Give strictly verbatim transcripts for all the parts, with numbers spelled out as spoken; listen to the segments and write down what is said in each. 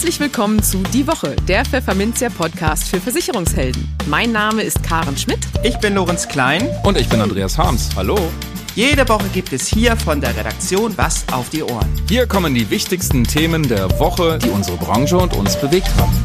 Herzlich willkommen zu Die Woche, der Pfefferminzia Podcast für Versicherungshelden. Mein Name ist Karen Schmidt. Ich bin Lorenz Klein. Und ich bin Andreas Harms. Hallo. Jede Woche gibt es hier von der Redaktion was auf die Ohren. Hier kommen die wichtigsten Themen der Woche, die unsere Branche und uns bewegt haben.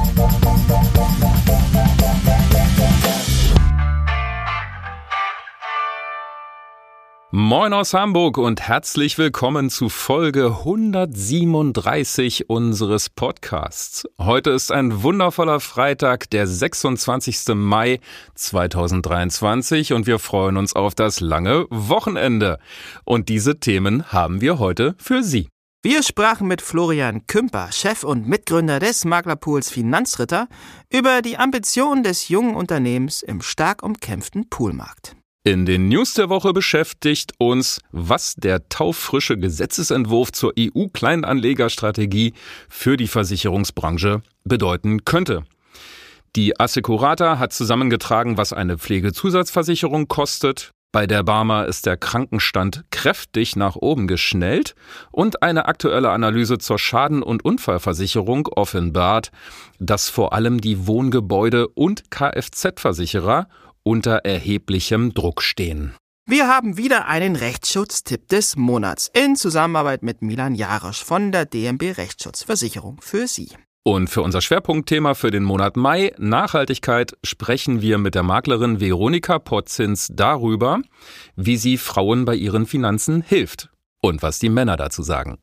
Moin aus Hamburg und herzlich willkommen zu Folge hundertsiebenunddreißig unseres Podcasts. Heute ist ein wundervoller Freitag, der sechsundzwanzigster Mai zweitausenddreiundzwanzig und wir freuen uns auf das lange Wochenende. Und diese Themen haben wir heute für Sie. Wir sprachen mit Florian Kümper, Chef und Mitgründer des Maklerpools Finanzritter, über die Ambitionen des jungen Unternehmens im stark umkämpften Poolmarkt. In den News der Woche beschäftigt uns, was der taufrische Gesetzesentwurf zur E U-Kleinanlegerstrategie für die Versicherungsbranche bedeuten könnte. Die Assecurata hat zusammengetragen, was eine Pflegezusatzversicherung kostet. Bei der Barmer ist der Krankenstand kräftig nach oben geschnellt und eine aktuelle Analyse zur Schaden- und Unfallversicherung offenbart, dass vor allem die Wohngebäude- und Kfz-Versicherer unter erheblichem Druck stehen. Wir haben wieder einen Rechtsschutztipp des Monats in Zusammenarbeit mit Milan Jarosch von der D M B Rechtsschutzversicherung für Sie. Und für unser Schwerpunktthema für den Monat Mai, Nachhaltigkeit, sprechen wir mit der Maklerin Veronika Potzins darüber, wie sie Frauen bei ihren Finanzen hilft und was die Männer dazu sagen.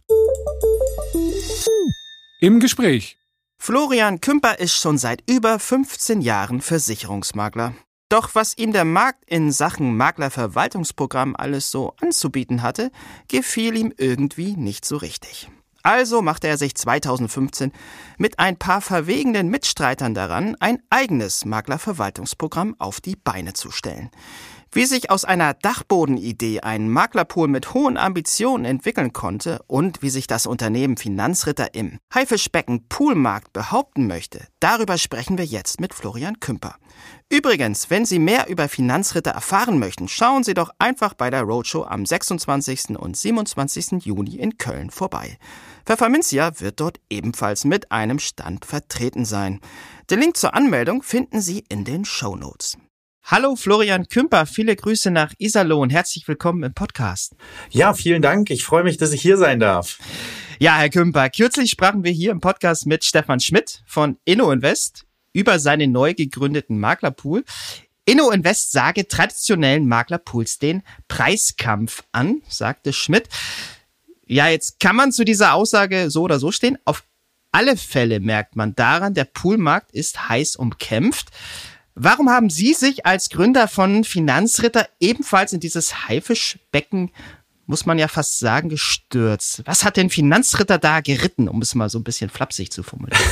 Im Gespräch. Florian Kümper ist schon seit über fünfzehn Jahren Versicherungsmakler. Doch was ihm der Markt in Sachen Maklerverwaltungsprogramm alles so anzubieten hatte, gefiel ihm irgendwie nicht so richtig. Also machte er sich zweitausendfünfzehn mit ein paar verwegenen Mitstreitern daran, ein eigenes Maklerverwaltungsprogramm auf die Beine zu stellen. Wie sich aus einer Dachbodenidee ein Maklerpool mit hohen Ambitionen entwickeln konnte und wie sich das Unternehmen Finanzritter im Haifischbecken-Poolmarkt behaupten möchte, darüber sprechen wir jetzt mit Florian Kümper. Übrigens, wenn Sie mehr über Finanzritter erfahren möchten, schauen Sie doch einfach bei der Roadshow am sechsundzwanzigsten und siebenundzwanzigsten Juni in Köln vorbei. Pfefferminzia wird dort ebenfalls mit einem Stand vertreten sein. Den Link zur Anmeldung finden Sie in den Shownotes. Hallo Florian Kümper, viele Grüße nach Iserlohn. Herzlich willkommen im Podcast. Ja, vielen Dank. Ich freue mich, dass ich hier sein darf. Ja, Herr Kümper, kürzlich sprachen wir hier im Podcast mit Stefan Schmidt von InnoInvest über seinen neu gegründeten Maklerpool. InnoInvest sage traditionellen Maklerpools den Preiskampf an, sagte Schmidt. Ja, jetzt kann man zu dieser Aussage so oder so stehen. Auf alle Fälle merkt man daran, der Poolmarkt ist heiß umkämpft. Warum haben Sie sich als Gründer von Finanzritter ebenfalls in dieses Haifischbecken, muss man ja fast sagen, gestürzt? Was hat denn Finanzritter da geritten, um es mal so ein bisschen flapsig zu formulieren?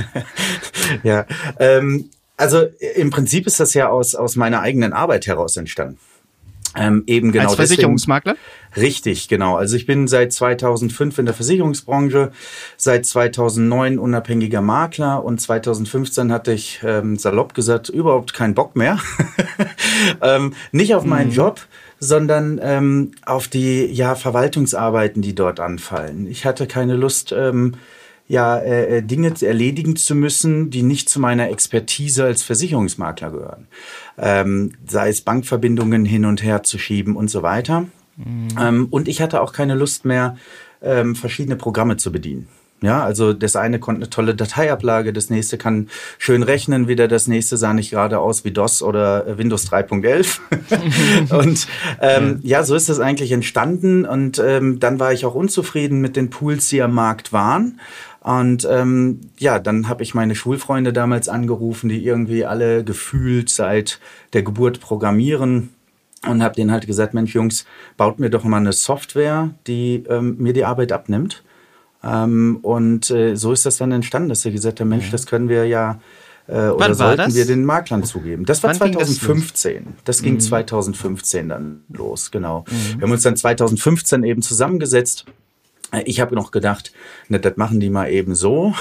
ja, ähm, also im Prinzip ist das ja aus, aus meiner eigenen Arbeit heraus entstanden. Ähm, eben genau als Versicherungsmakler? Deswegen, richtig, genau. Also ich bin seit zweitausendfünf in der Versicherungsbranche, seit zweitausendneun unabhängiger Makler und zweitausendfünfzehn hatte ich, ähm, salopp gesagt, überhaupt keinen Bock mehr. ähm, nicht auf meinen mhm. Job, sondern ähm, auf die ja, Verwaltungsarbeiten, die dort anfallen. Ich hatte keine Lust, ähm, ja, äh, Dinge erledigen zu müssen, die nicht zu meiner Expertise als Versicherungsmakler gehören. Ähm, sei es Bankverbindungen hin und her zu schieben und so weiter. Mhm. Ähm, und ich hatte auch keine Lust mehr, ähm, verschiedene Programme zu bedienen. Ja, also das eine konnte eine tolle Dateiablage, das nächste kann schön rechnen, wieder das nächste sah nicht gerade aus wie DOS oder Windows drei Punkt elf. und ähm, ja. ja, so ist das eigentlich entstanden. Und ähm, dann war ich auch unzufrieden mit den Pools, die am Markt waren. Und ähm, ja, dann habe ich meine Schulfreunde damals angerufen, die irgendwie alle gefühlt seit der Geburt programmieren und habe denen halt gesagt, Mensch Jungs, baut mir doch mal eine Software, die ähm, mir die Arbeit abnimmt. Ähm, und äh, so ist das dann entstanden, dass wir gesagt haben, Mensch, das können wir ja äh, oder Wann sollten war das? wir den Maklern zugeben. Das war Wann zweitausendfünfzehn. Das, das ging mhm. zweitausendfünfzehn dann los, genau. Mhm. Wir haben uns dann zweitausendfünfzehn eben zusammengesetzt Ich habe noch gedacht, ne, das machen die mal eben so.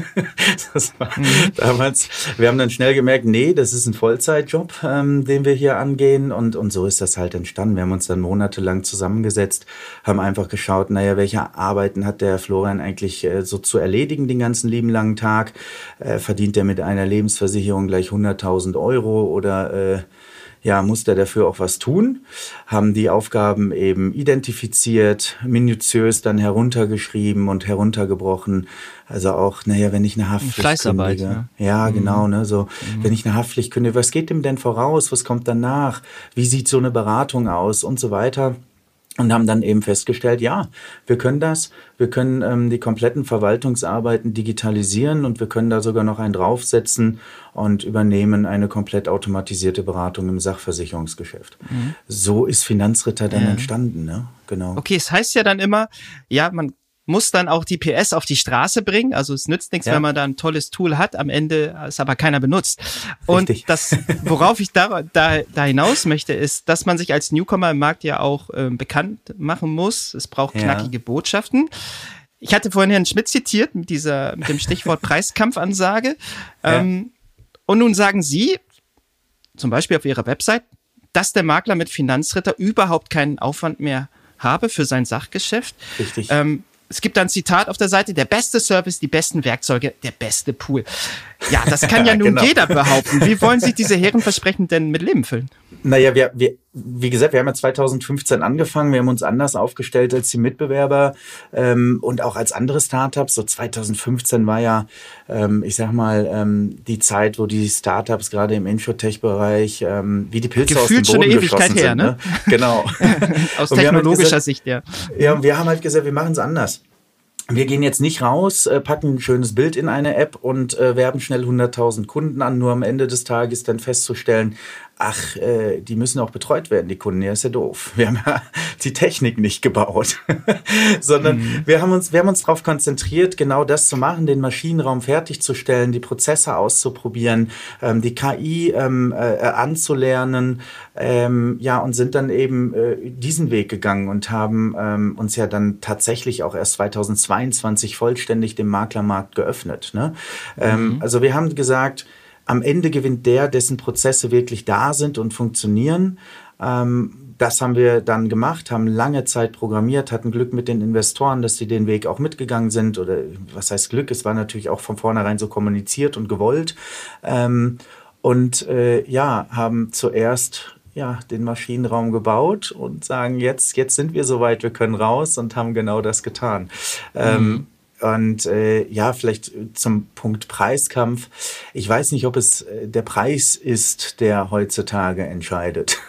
Das war mhm. damals. Wir haben dann schnell gemerkt, nee, das ist ein Vollzeitjob, ähm, den wir hier angehen. Und, und so ist das halt entstanden. Wir haben uns dann monatelang zusammengesetzt, haben einfach geschaut, naja, welche Arbeiten hat der Florian eigentlich äh, so zu erledigen den ganzen lieben langen Tag? Äh, verdient er mit einer Lebensversicherung gleich hunderttausend Euro oder äh, ja, muss der dafür auch was tun, haben die Aufgaben eben identifiziert, minutiös dann heruntergeschrieben und heruntergebrochen. Also auch, naja, wenn ich eine Haftpflicht Fleißarbeit, kündige. Ja, ja mhm. genau, ne, so, mhm. wenn ich eine Haftpflicht kündige, was geht dem denn voraus? Was kommt danach? Wie sieht so eine Beratung aus? Und so weiter. Und haben dann eben festgestellt, ja, wir können das, wir können ähm, die kompletten Verwaltungsarbeiten digitalisieren und wir können da sogar noch einen draufsetzen und übernehmen eine komplett automatisierte Beratung im Sachversicherungsgeschäft. Mhm. So ist Finanzritter dann ja. entstanden, ne? Genau. Okay, es heißt ja dann immer, ja, man muss dann auch die P S auf die Straße bringen. Also es nützt nichts, ja. wenn man da ein tolles Tool hat, am Ende es aber keiner benutzt. Und Richtig. das, worauf ich da, da, da hinaus möchte, ist, dass man sich als Newcomer im Markt ja auch äh, bekannt machen muss. Es braucht knackige ja. Botschaften. Ich hatte vorhin Herrn Schmidt zitiert mit dieser, mit dem Stichwort Preiskampfansage. Ja. Ähm, und nun sagen Sie, zum Beispiel auf Ihrer Website, dass der Makler mit Finanzritter überhaupt keinen Aufwand mehr habe für sein Sachgeschäft. Richtig. Ähm, Es gibt ein Zitat auf der Seite, der beste Service, die besten Werkzeuge, der beste Pool. Ja, das kann ja nun genau. jeder behaupten. Wie wollen sich diese Herrenversprechen denn mit Leben füllen? Naja, wir, wir, wie gesagt, wir haben ja zweitausendfünfzehn angefangen. Wir haben uns anders aufgestellt als die Mitbewerber ähm, und auch als andere Startups. So zweitausendfünfzehn war ja, ähm, ich sag mal, ähm, die Zeit, wo die Startups gerade im Insurtech-Bereich ähm, wie die Pilze Gefühlt aus dem Boden schon eine geschossen Ewigkeit her, sind. Ne? Genau. Aus technologischer halt gesagt, Sicht, ja. Ja, und wir haben halt gesagt, wir machen es anders. Wir gehen jetzt nicht raus, äh, packen ein schönes Bild in eine App und äh, werben schnell hunderttausend Kunden an, nur am Ende des Tages dann festzustellen, ach, äh, die müssen auch betreut werden, die Kunden, ja, ist ja doof. Wir haben ja die Technik nicht gebaut, sondern mhm. wir haben uns, wir haben uns darauf konzentriert, genau das zu machen, den Maschinenraum fertigzustellen, die Prozesse auszuprobieren, ähm, die K I ähm, äh, anzulernen, ähm, ja, und sind dann eben äh, diesen Weg gegangen und haben ähm, uns ja dann tatsächlich auch erst zweitausendzweiundzwanzig vollständig dem Maklermarkt geöffnet. Ne? Mhm. Ähm, also wir haben gesagt, am Ende gewinnt der, dessen Prozesse wirklich da sind und funktionieren. Ähm, das haben wir dann gemacht, haben lange Zeit programmiert, hatten Glück mit den Investoren, dass sie den Weg auch mitgegangen sind. Oder was heißt Glück? Es war natürlich auch von vornherein so kommuniziert und gewollt. Ähm, und äh, ja, haben zuerst ja, den Maschinenraum gebaut und sagen, jetzt, jetzt sind wir soweit, wir können raus und haben genau das getan. Mhm. Ähm, Und äh, ja, vielleicht zum Punkt Preiskampf. Ich weiß nicht, ob es äh, der Preis ist, der heutzutage entscheidet.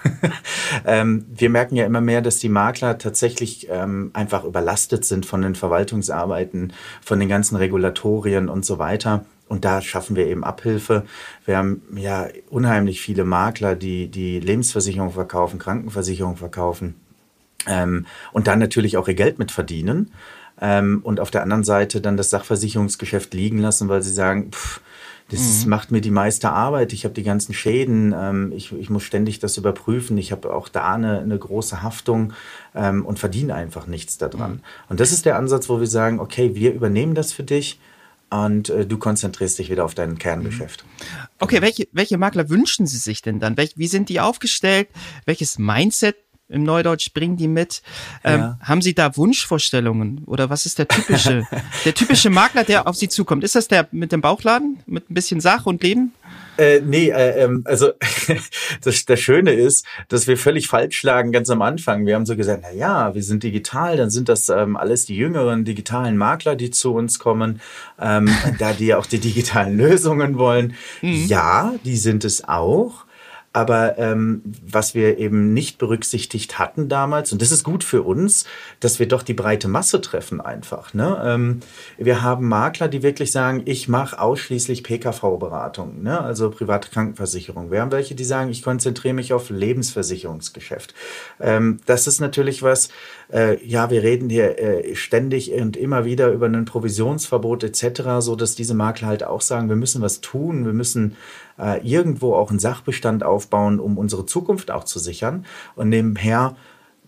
ähm, wir merken ja immer mehr, dass die Makler tatsächlich ähm, einfach überlastet sind von den Verwaltungsarbeiten, von den ganzen Regulatorien und so weiter. Und da schaffen wir eben Abhilfe. Wir haben ja unheimlich viele Makler, die die Lebensversicherung verkaufen, Krankenversicherung verkaufen ähm, und dann natürlich auch ihr Geld mit verdienen. Ähm, und auf der anderen Seite dann das Sachversicherungsgeschäft liegen lassen, weil sie sagen, pff, das mhm. macht mir die meiste Arbeit, ich habe die ganzen Schäden, ähm, ich, ich muss ständig das überprüfen, ich habe auch da eine, eine große Haftung ähm, und verdiene einfach nichts daran. Mhm. Und das ist der Ansatz, wo wir sagen, okay, wir übernehmen das für dich und äh, du konzentrierst dich wieder auf dein Kerngeschäft. Okay, welche, welche Makler wünschen Sie sich denn dann? Welch, wie sind die aufgestellt? Welches Mindset im Neudeutsch bringen die mit? Ähm, ja. Haben Sie da Wunschvorstellungen? Oder was ist der typische, der typische Makler, der auf Sie zukommt? Ist das der mit dem Bauchladen? Mit ein bisschen Sache und Leben? Äh, nee, äh, ähm, also das, das Schöne ist, dass wir völlig falsch lagen ganz am Anfang. Wir haben so gesagt, na ja, wir sind digital, dann sind das ähm, alles die jüngeren digitalen Makler, die zu uns kommen, ähm, da die auch die digitalen Lösungen wollen. Mhm. Ja, die sind es auch. Aber ähm, was wir eben nicht berücksichtigt hatten damals, und das ist gut für uns, dass wir doch die breite Masse treffen einfach. Ne? Ähm, wir haben Makler, die wirklich sagen, ich mache ausschließlich P K V-Beratung, ne? Also private Krankenversicherung. Wir haben welche, die sagen, ich konzentriere mich auf Lebensversicherungsgeschäft. Ähm, das ist natürlich was, äh, ja, wir reden hier äh, ständig und immer wieder über ein Provisionsverbot et cetera, so dass diese Makler halt auch sagen, wir müssen was tun, wir müssen äh, irgendwo auch einen Sachbestand aufbauen, um unsere Zukunft auch zu sichern. Und nebenher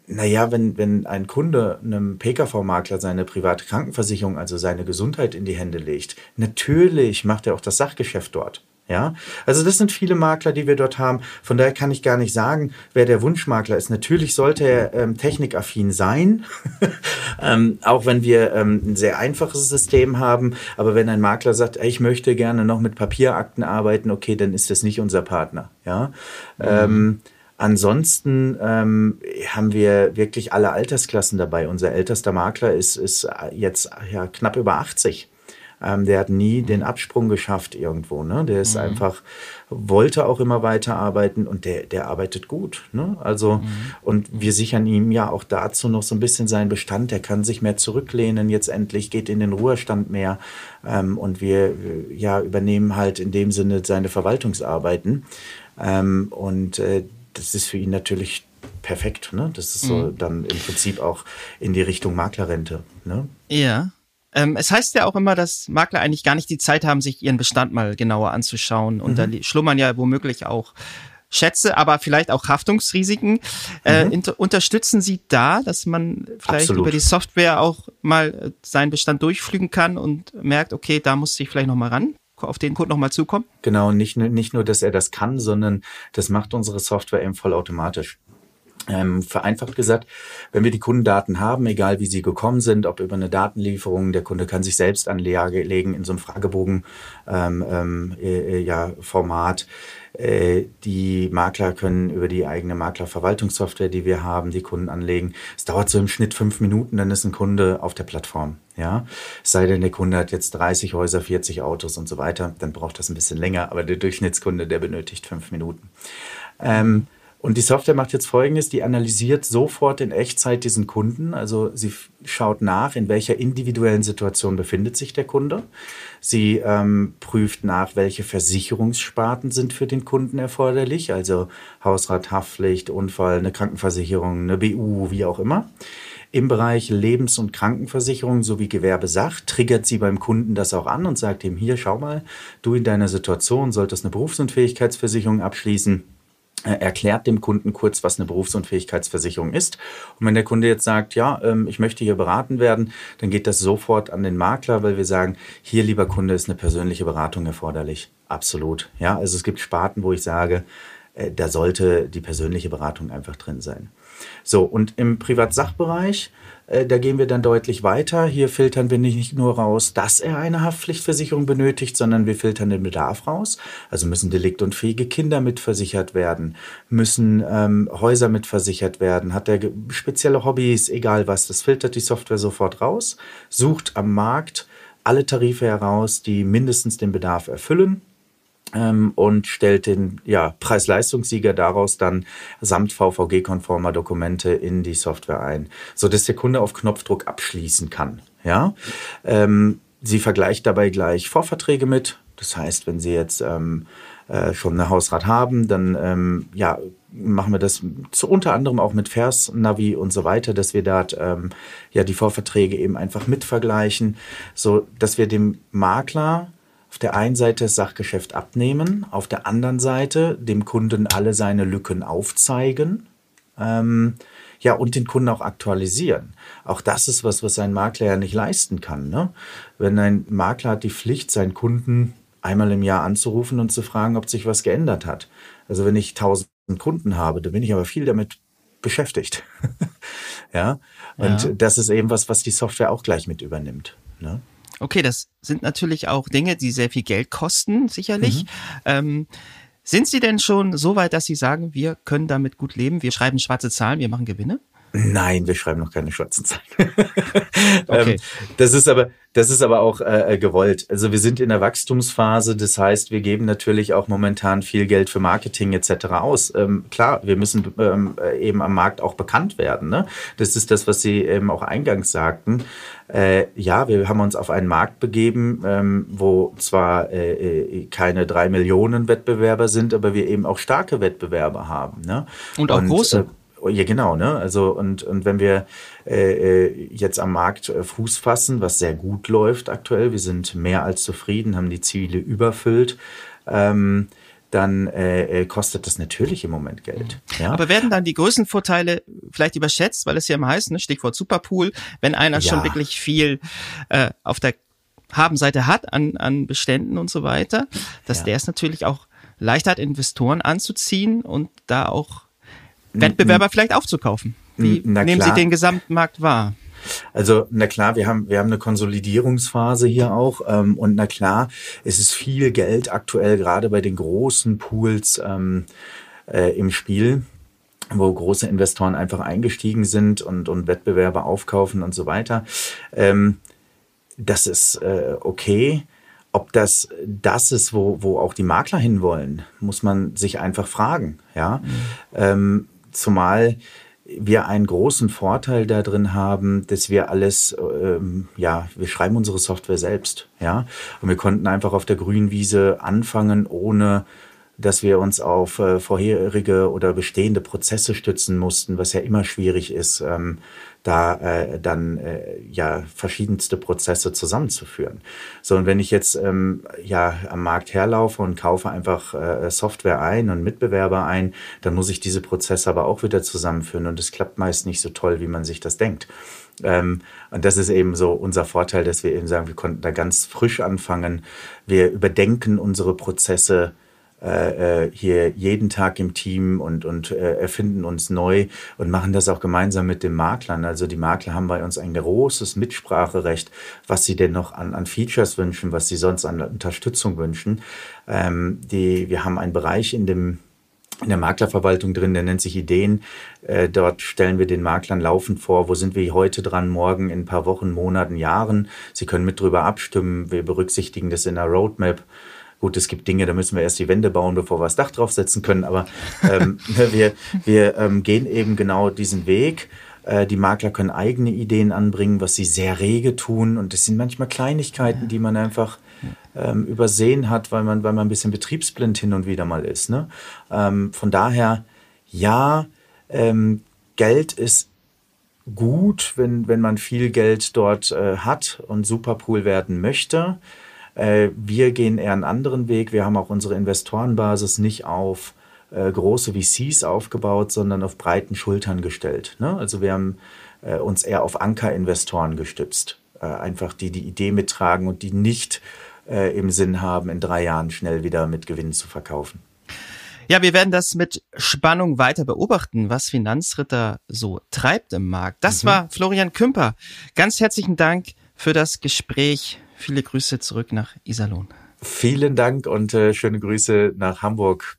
Naja, wenn, wenn ein Kunde einem P K V-Makler seine private Krankenversicherung, also seine Gesundheit in die Hände legt, natürlich macht er auch das Sachgeschäft dort. Ja, also das sind viele Makler, die wir dort haben. Von daher kann ich gar nicht sagen, wer der Wunschmakler ist. Natürlich sollte er ähm, technikaffin sein, ähm, auch wenn wir ähm, ein sehr einfaches System haben. Aber wenn ein Makler sagt, ey, ich möchte gerne noch mit Papierakten arbeiten, okay, dann ist das nicht unser Partner. Ja. Mhm. Ähm, Ansonsten ähm, haben wir wirklich alle Altersklassen dabei. Unser ältester Makler ist, ist jetzt ja, knapp über achtzig. Ähm, der hat nie den Absprung geschafft irgendwo. Ne? Der ist mhm. einfach, wollte auch immer weiterarbeiten und der, der arbeitet gut. Ne? Also, mhm. und wir sichern ihm ja auch dazu noch so ein bisschen seinen Bestand. Der kann sich mehr zurücklehnen. Jetzt endlich geht in den Ruhestand mehr. Ähm, und wir ja, übernehmen halt in dem Sinne seine Verwaltungsarbeiten. Ähm, und äh, das ist für ihn natürlich perfekt. Ne? Das ist so mhm. dann im Prinzip auch in die Richtung Maklerrente. Ne? Ja. Ähm, es heißt ja auch immer, dass Makler eigentlich gar nicht die Zeit haben, sich ihren Bestand mal genauer anzuschauen. Und mhm. da schlummern ja womöglich auch Schätze, aber vielleicht auch Haftungsrisiken. Mhm. Äh, inter- unterstützen Sie da, dass man vielleicht Absolut. über die Software auch mal seinen Bestand durchflügen kann und merkt, okay, da muss ich vielleicht noch mal ran, auf den Code noch mal zukommen? Genau, nicht, nicht nur, dass er das kann, sondern das macht unsere Software eben vollautomatisch. Ähm, vereinfacht gesagt, wenn wir die Kundendaten haben, egal wie sie gekommen sind, ob über eine Datenlieferung, der Kunde kann sich selbst anlegen in so einem Fragebogen, ähm, ähm, äh, ja, Format. Äh, die Makler können über die eigene Maklerverwaltungssoftware, die wir haben, die Kunden anlegen. Es dauert so im Schnitt fünf Minuten, dann ist ein Kunde auf der Plattform. Ja, es sei denn, der Kunde hat jetzt dreißig Häuser, vierzig Autos und so weiter, dann braucht das ein bisschen länger, aber der Durchschnittskunde, der benötigt fünf Minuten. Ähm, Und die Software macht jetzt Folgendes, die analysiert sofort in Echtzeit diesen Kunden. Also sie f- schaut nach, in welcher individuellen Situation befindet sich der Kunde. Sie ähm, prüft nach, welche Versicherungssparten sind für den Kunden erforderlich. Also Hausrat, Haftpflicht, Unfall, eine Krankenversicherung, eine B U, wie auch immer. Im Bereich Lebens- und Krankenversicherung sowie Gewerbesach triggert sie beim Kunden das auch an und sagt ihm, hier, schau mal, du in deiner Situation solltest eine Berufsunfähigkeitsversicherung abschließen. Erklärt dem Kunden kurz, was eine Berufsunfähigkeitsversicherung ist. Und wenn der Kunde jetzt sagt, ja, ähm, ich möchte hier beraten werden, dann geht das sofort an den Makler, weil wir sagen, hier, lieber Kunde, ist eine persönliche Beratung erforderlich. Absolut. Ja, also es gibt Sparten, wo ich sage, äh, da sollte die persönliche Beratung einfach drin sein. So, und im Privatsachbereich, äh, da gehen wir dann deutlich weiter. Hier filtern wir nicht nur raus, dass er eine Haftpflichtversicherung benötigt, sondern wir filtern den Bedarf raus. Also müssen deliktunfähige Kinder mitversichert werden, müssen ähm, Häuser mitversichert werden, hat er ge- spezielle Hobbys, egal was. Das filtert die Software sofort raus, sucht am Markt alle Tarife heraus, die mindestens den Bedarf erfüllen. Ähm, und stellt den ja, Preis-Leistungssieger daraus dann samt V V G-konformer Dokumente in die Software ein, sodass der Kunde auf Knopfdruck abschließen kann. Ja? Ähm, sie vergleicht dabei gleich Vorverträge mit. Das heißt, wenn Sie jetzt ähm, äh, schon eine Hausrat haben, dann ähm, ja, machen wir das zu, unter anderem auch mit Vers, Navi und so weiter, dass wir dort ähm, ja, die Vorverträge eben einfach mit vergleichen, so dass wir dem Makler auf der einen Seite das Sachgeschäft abnehmen, auf der anderen Seite dem Kunden alle seine Lücken aufzeigen, ähm, ja, und den Kunden auch aktualisieren. Auch das ist was, was ein Makler ja nicht leisten kann. Ne? Wenn ein Makler hat die Pflicht, seinen Kunden einmal im Jahr anzurufen und zu fragen, ob sich was geändert hat. Also wenn ich tausend Kunden habe, dann bin ich aber viel damit beschäftigt. ja, und ja. Das ist eben was, was die Software auch gleich mit übernimmt. Ne? Okay, das sind natürlich auch Dinge, die sehr viel Geld kosten, sicherlich. Mhm. Ähm, sind Sie denn schon so weit, dass Sie sagen, wir können damit gut leben, wir schreiben schwarze Zahlen, wir machen Gewinne? Nein, wir schreiben noch keine schwarzen Zahlen. okay. ähm, das ist aber, das ist aber auch äh, gewollt. Also wir sind in der Wachstumsphase, das heißt, wir geben natürlich auch momentan viel Geld für Marketing et cetera aus. Ähm, klar, wir müssen ähm, eben am Markt auch bekannt werden. Ne? Das ist das, was Sie eben auch eingangs sagten. Äh, ja, wir haben uns auf einen Markt begeben, ähm, wo zwar äh, keine drei Millionen Wettbewerber sind, aber wir eben auch starke Wettbewerber haben. Ne? Und auch Und, große. Äh, Ja, genau, ne? Also und und wenn wir äh, jetzt am Markt äh, Fuß fassen, was sehr gut läuft aktuell, wir sind mehr als zufrieden, haben die Ziele überfüllt, ähm, dann äh, kostet das natürlich im Moment Geld. Ja? Aber werden dann die größten Vorteile vielleicht überschätzt, weil es ja immer heißt, ne, Stichwort Superpool, wenn einer ja. schon wirklich viel äh, auf der Habenseite hat an, an Beständen und so weiter, dass ja. der es natürlich auch leichter hat, Investoren anzuziehen und da auch Wettbewerber n- vielleicht aufzukaufen. Wie n- nehmen Sie den Gesamtmarkt wahr? Also, na klar, wir haben, wir haben eine Konsolidierungsphase hier auch, ähm, und na klar, es ist viel Geld aktuell gerade bei den großen Pools ähm, äh, im Spiel, wo große Investoren einfach eingestiegen sind und, und Wettbewerber aufkaufen und so weiter. Ähm, das ist äh, okay. Ob das das ist, wo, wo auch die Makler hinwollen, muss man sich einfach fragen. Ja, mhm. ähm, zumal wir einen großen Vorteil da drin haben, dass wir alles, ähm, ja, wir schreiben unsere Software selbst, ja, und wir konnten einfach auf der grünen Wiese anfangen, ohne dass wir uns auf äh, vorherige oder bestehende Prozesse stützen mussten, was ja immer schwierig ist, ähm, da äh, dann äh, ja verschiedenste Prozesse zusammenzuführen. So, und wenn ich jetzt ähm, ja am Markt herlaufe und kaufe einfach äh, Software ein und Mitbewerber ein, dann muss ich diese Prozesse aber auch wieder zusammenführen und es klappt meist nicht so toll, wie man sich das denkt. Ähm, und das ist eben so unser Vorteil, dass wir eben sagen, wir konnten da ganz frisch anfangen. Wir überdenken unsere Prozesse Äh, hier jeden Tag im Team und, und äh, erfinden uns neu und machen das auch gemeinsam mit den Maklern. Also die Makler haben bei uns ein großes Mitspracherecht, was sie denn noch an, an Features wünschen, was sie sonst an Unterstützung wünschen. Ähm, die, wir haben einen Bereich in dem in der Maklerverwaltung drin, der nennt sich Ideen. Äh, dort stellen wir den Maklern laufend vor, wo sind wir heute dran, morgen, in ein paar Wochen, Monaten, Jahren. Sie können mit drüber abstimmen. Wir berücksichtigen das in der Roadmap. Gut, es gibt Dinge, da müssen wir erst die Wände bauen, bevor wir das Dach draufsetzen können. Aber ähm, wir, wir ähm, gehen eben genau diesen Weg. Äh, die Makler können eigene Ideen anbringen, was sie sehr rege tun. Und das sind manchmal Kleinigkeiten, die man einfach ähm, übersehen hat, weil man, weil man ein bisschen betriebsblind hin und wieder mal ist. Ne? Ähm, von daher, ja, ähm, Geld ist gut, wenn, wenn man viel Geld dort äh, hat und Superpool werden möchte. Wir gehen eher einen anderen Weg. Wir haben auch unsere Investorenbasis nicht auf äh, große V Cs aufgebaut, sondern auf breiten Schultern gestellt. Ne? Also wir haben äh, uns eher auf Ankerinvestoren gestützt. Äh, einfach die die Idee mittragen und die nicht äh, im Sinn haben, in drei Jahren schnell wieder mit Gewinn zu verkaufen. Ja, wir werden das mit Spannung weiter beobachten, was Finanzritter so treibt im Markt. Das mhm. war Florian Kümper. Ganz herzlichen Dank für das Gespräch. Viele Grüße zurück nach Iserlohn. Vielen Dank und äh, schöne Grüße nach Hamburg.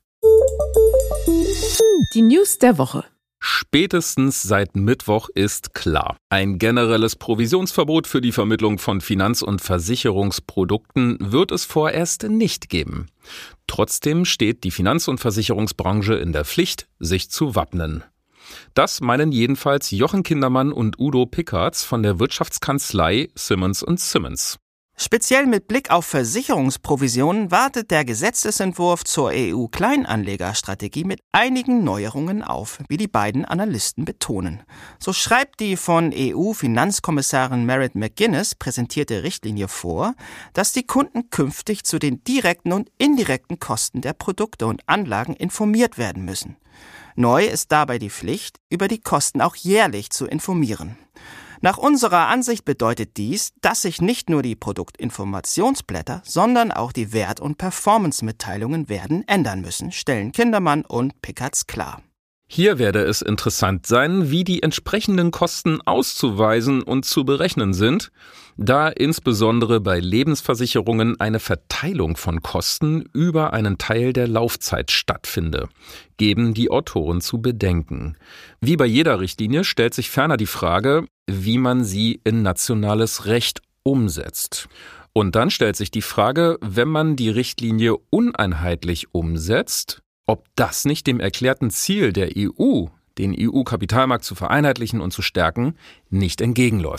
Die News der Woche. Spätestens seit Mittwoch ist klar, ein generelles Provisionsverbot für die Vermittlung von Finanz- und Versicherungsprodukten wird es vorerst nicht geben. Trotzdem steht die Finanz- und Versicherungsbranche in der Pflicht, sich zu wappnen. Das meinen jedenfalls Jochen Kindermann und Udo Pickartz von der Wirtschaftskanzlei Simmons und Simmons. Speziell mit Blick auf Versicherungsprovisionen wartet der Gesetzesentwurf zur E U-Kleinanlegerstrategie mit einigen Neuerungen auf, wie die beiden Analysten betonen. So schreibt die von E U-Finanzkommissarin Merit McGuinness präsentierte Richtlinie vor, dass die Kunden künftig zu den direkten und indirekten Kosten der Produkte und Anlagen informiert werden müssen. Neu ist dabei die Pflicht, über die Kosten auch jährlich zu informieren. Nach unserer Ansicht bedeutet dies, dass sich nicht nur die Produktinformationsblätter, sondern auch die Wert- und Performance-Mitteilungen werden ändern müssen, stellen Kindermann und Pickartz klar. Hier werde es interessant sein, wie die entsprechenden Kosten auszuweisen und zu berechnen sind, da insbesondere bei Lebensversicherungen eine Verteilung von Kosten über einen Teil der Laufzeit stattfinde, geben die Autoren zu bedenken. Wie bei jeder Richtlinie stellt sich ferner die Frage, wie man sie in nationales Recht umsetzt. Und dann stellt sich die Frage, wenn man die Richtlinie uneinheitlich umsetzt, ob das nicht dem erklärten Ziel der E U, den E U-Kapitalmarkt zu vereinheitlichen und zu stärken, nicht entgegenläuft.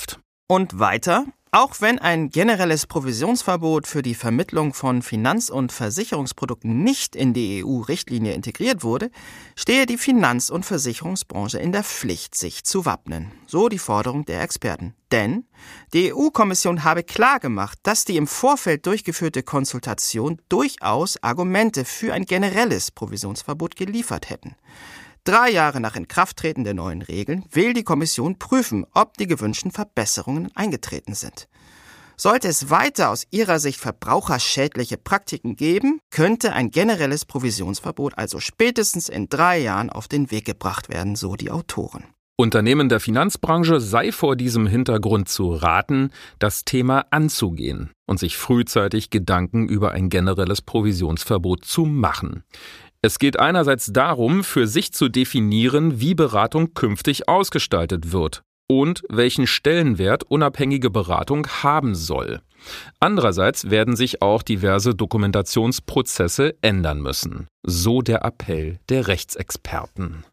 Und weiter, auch wenn ein generelles Provisionsverbot für die Vermittlung von Finanz- und Versicherungsprodukten nicht in die E U-Richtlinie integriert wurde, stehe die Finanz- und Versicherungsbranche in der Pflicht, sich zu wappnen. So die Forderung der Experten. Denn die E U-Kommission habe klargemacht, dass die im Vorfeld durchgeführte Konsultation durchaus Argumente für ein generelles Provisionsverbot geliefert hätten. Drei Jahre nach Inkrafttreten der neuen Regeln will die Kommission prüfen, ob die gewünschten Verbesserungen eingetreten sind. Sollte es weiter aus ihrer Sicht verbraucherschädliche Praktiken geben, könnte ein generelles Provisionsverbot also spätestens in drei Jahren auf den Weg gebracht werden, so die Autoren. Unternehmen der Finanzbranche sei vor diesem Hintergrund zu raten, das Thema anzugehen und sich frühzeitig Gedanken über ein generelles Provisionsverbot zu machen. Es geht einerseits darum, für sich zu definieren, wie Beratung künftig ausgestaltet wird und welchen Stellenwert unabhängige Beratung haben soll. Andererseits werden sich auch diverse Dokumentationsprozesse ändern müssen. So der Appell der Rechtsexperten.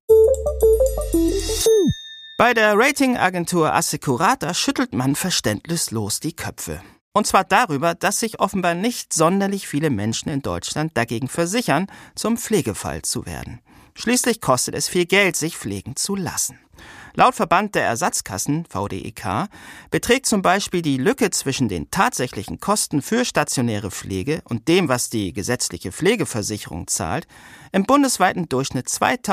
Bei der Ratingagentur Assecurata schüttelt man verständnislos die Köpfe. Und zwar darüber, dass sich offenbar nicht sonderlich viele Menschen in Deutschland dagegen versichern, zum Pflegefall zu werden. Schließlich kostet es viel Geld, sich pflegen zu lassen. Laut Verband der Ersatzkassen, V D E K, beträgt zum Beispiel die Lücke zwischen den tatsächlichen Kosten für stationäre Pflege und dem, was die gesetzliche Pflegeversicherung zahlt, im bundesweiten Durchschnitt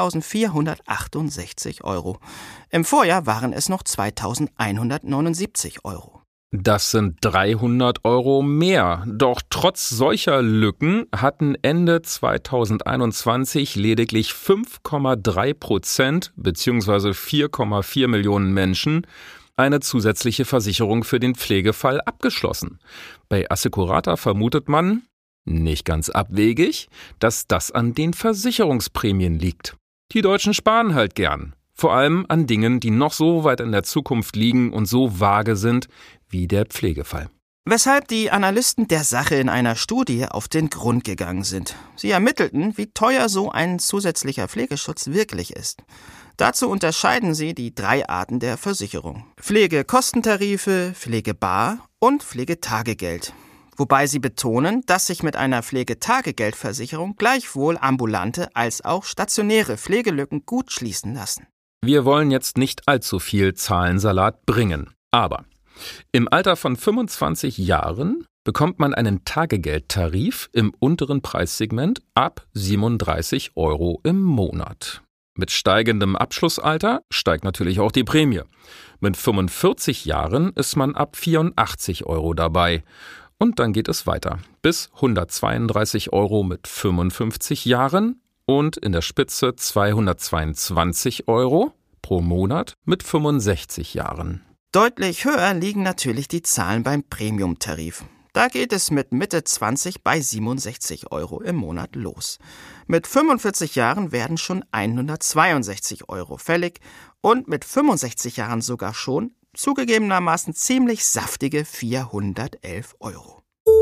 zweitausendvierhundertachtundsechzig Euro. Im Vorjahr waren es noch zweitausendeinhundertneunundsiebzig Euro. Das sind dreihundert Euro mehr. Doch trotz solcher Lücken hatten Ende zweitausendeinundzwanzig lediglich fünf Komma drei Prozent bzw. vier Komma vier Millionen Menschen eine zusätzliche Versicherung für den Pflegefall abgeschlossen. Bei Assecurata vermutet man, nicht ganz abwegig, dass das an den Versicherungsprämien liegt. Die Deutschen sparen halt gern. Vor allem an Dingen, die noch so weit in der Zukunft liegen und so vage sind wie der Pflegefall. Weshalb die Analysten der Sache in einer Studie auf den Grund gegangen sind. Sie ermittelten, wie teuer so ein zusätzlicher Pflegeschutz wirklich ist. Dazu unterscheiden sie die drei Arten der Versicherung: Pflegekostentarife, Pflegebar und Pflegetagegeld. Wobei sie betonen, dass sich mit einer Pflegetagegeldversicherung gleichwohl ambulante als auch stationäre Pflegelücken gut schließen lassen. Wir wollen jetzt nicht allzu viel Zahlensalat bringen, aber im Alter von fünfundzwanzig Jahren bekommt man einen Tagegeldtarif im unteren Preissegment ab siebenunddreißig Euro im Monat. Mit steigendem Abschlussalter steigt natürlich auch die Prämie. Mit fünfundvierzig Jahren ist man ab vierundachtzig Euro dabei. Und dann geht es weiter bis hundertzweiunddreißig Euro mit fünfundfünfzig Jahren und in der Spitze zweihundertzweiundzwanzig Euro pro Monat mit fünfundsechzig Jahren. Deutlich höher liegen natürlich die Zahlen beim Premium-Tarif. Da geht es mit Mitte zwanzig bei siebenundsechzig Euro im Monat los. Mit fünfundvierzig Jahren werden schon hundertzweiundsechzig Euro fällig und mit fünfundsechzig Jahren sogar schon zugegebenermaßen ziemlich saftige vierhundertelf Euro.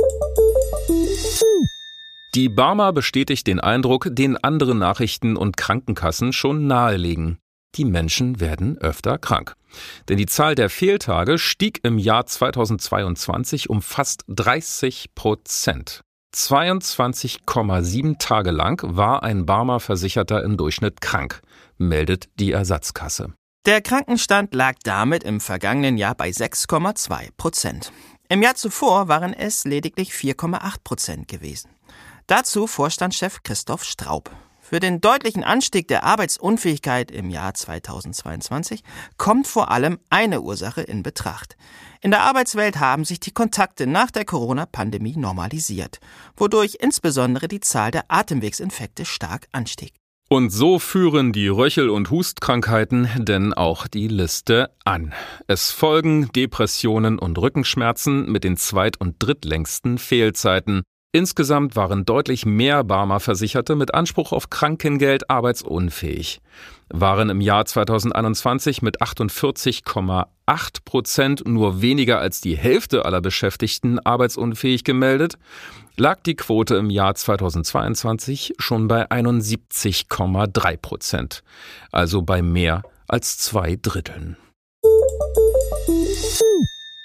Die Barmer bestätigt den Eindruck, den andere Nachrichten und Krankenkassen schon nahelegen. Die Menschen werden öfter krank. Denn die Zahl der Fehltage stieg im Jahr zweitausendzweiundzwanzig um fast dreißig Prozent. zweiundzwanzig Komma sieben Tage lang war ein Barmer Versicherter im Durchschnitt krank, meldet die Ersatzkasse. Der Krankenstand lag damit im vergangenen Jahr bei sechs Komma zwei Prozent. Im Jahr zuvor waren es lediglich vier Komma acht Prozent gewesen. Dazu Vorstandschef Christoph Straub. Für den deutlichen Anstieg der Arbeitsunfähigkeit im Jahr zweitausendzweiundzwanzig kommt vor allem eine Ursache in Betracht. In der Arbeitswelt haben sich die Kontakte nach der Corona-Pandemie normalisiert, wodurch insbesondere die Zahl der Atemwegsinfekte stark anstieg. Und so führen die Röchel- und Hustkrankheiten denn auch die Liste an. Es folgen Depressionen und Rückenschmerzen mit den zweit- und drittlängsten Fehlzeiten. Insgesamt waren deutlich mehr Barmer Versicherte mit Anspruch auf Krankengeld arbeitsunfähig. Waren im Jahr zweitausendeinundzwanzig mit achtundvierzig Komma acht Prozent nur weniger als die Hälfte aller Beschäftigten arbeitsunfähig gemeldet, lag die Quote im Jahr zweitausendzweiundzwanzig schon bei einundsiebzig Komma drei Prozent, also bei mehr als zwei Dritteln.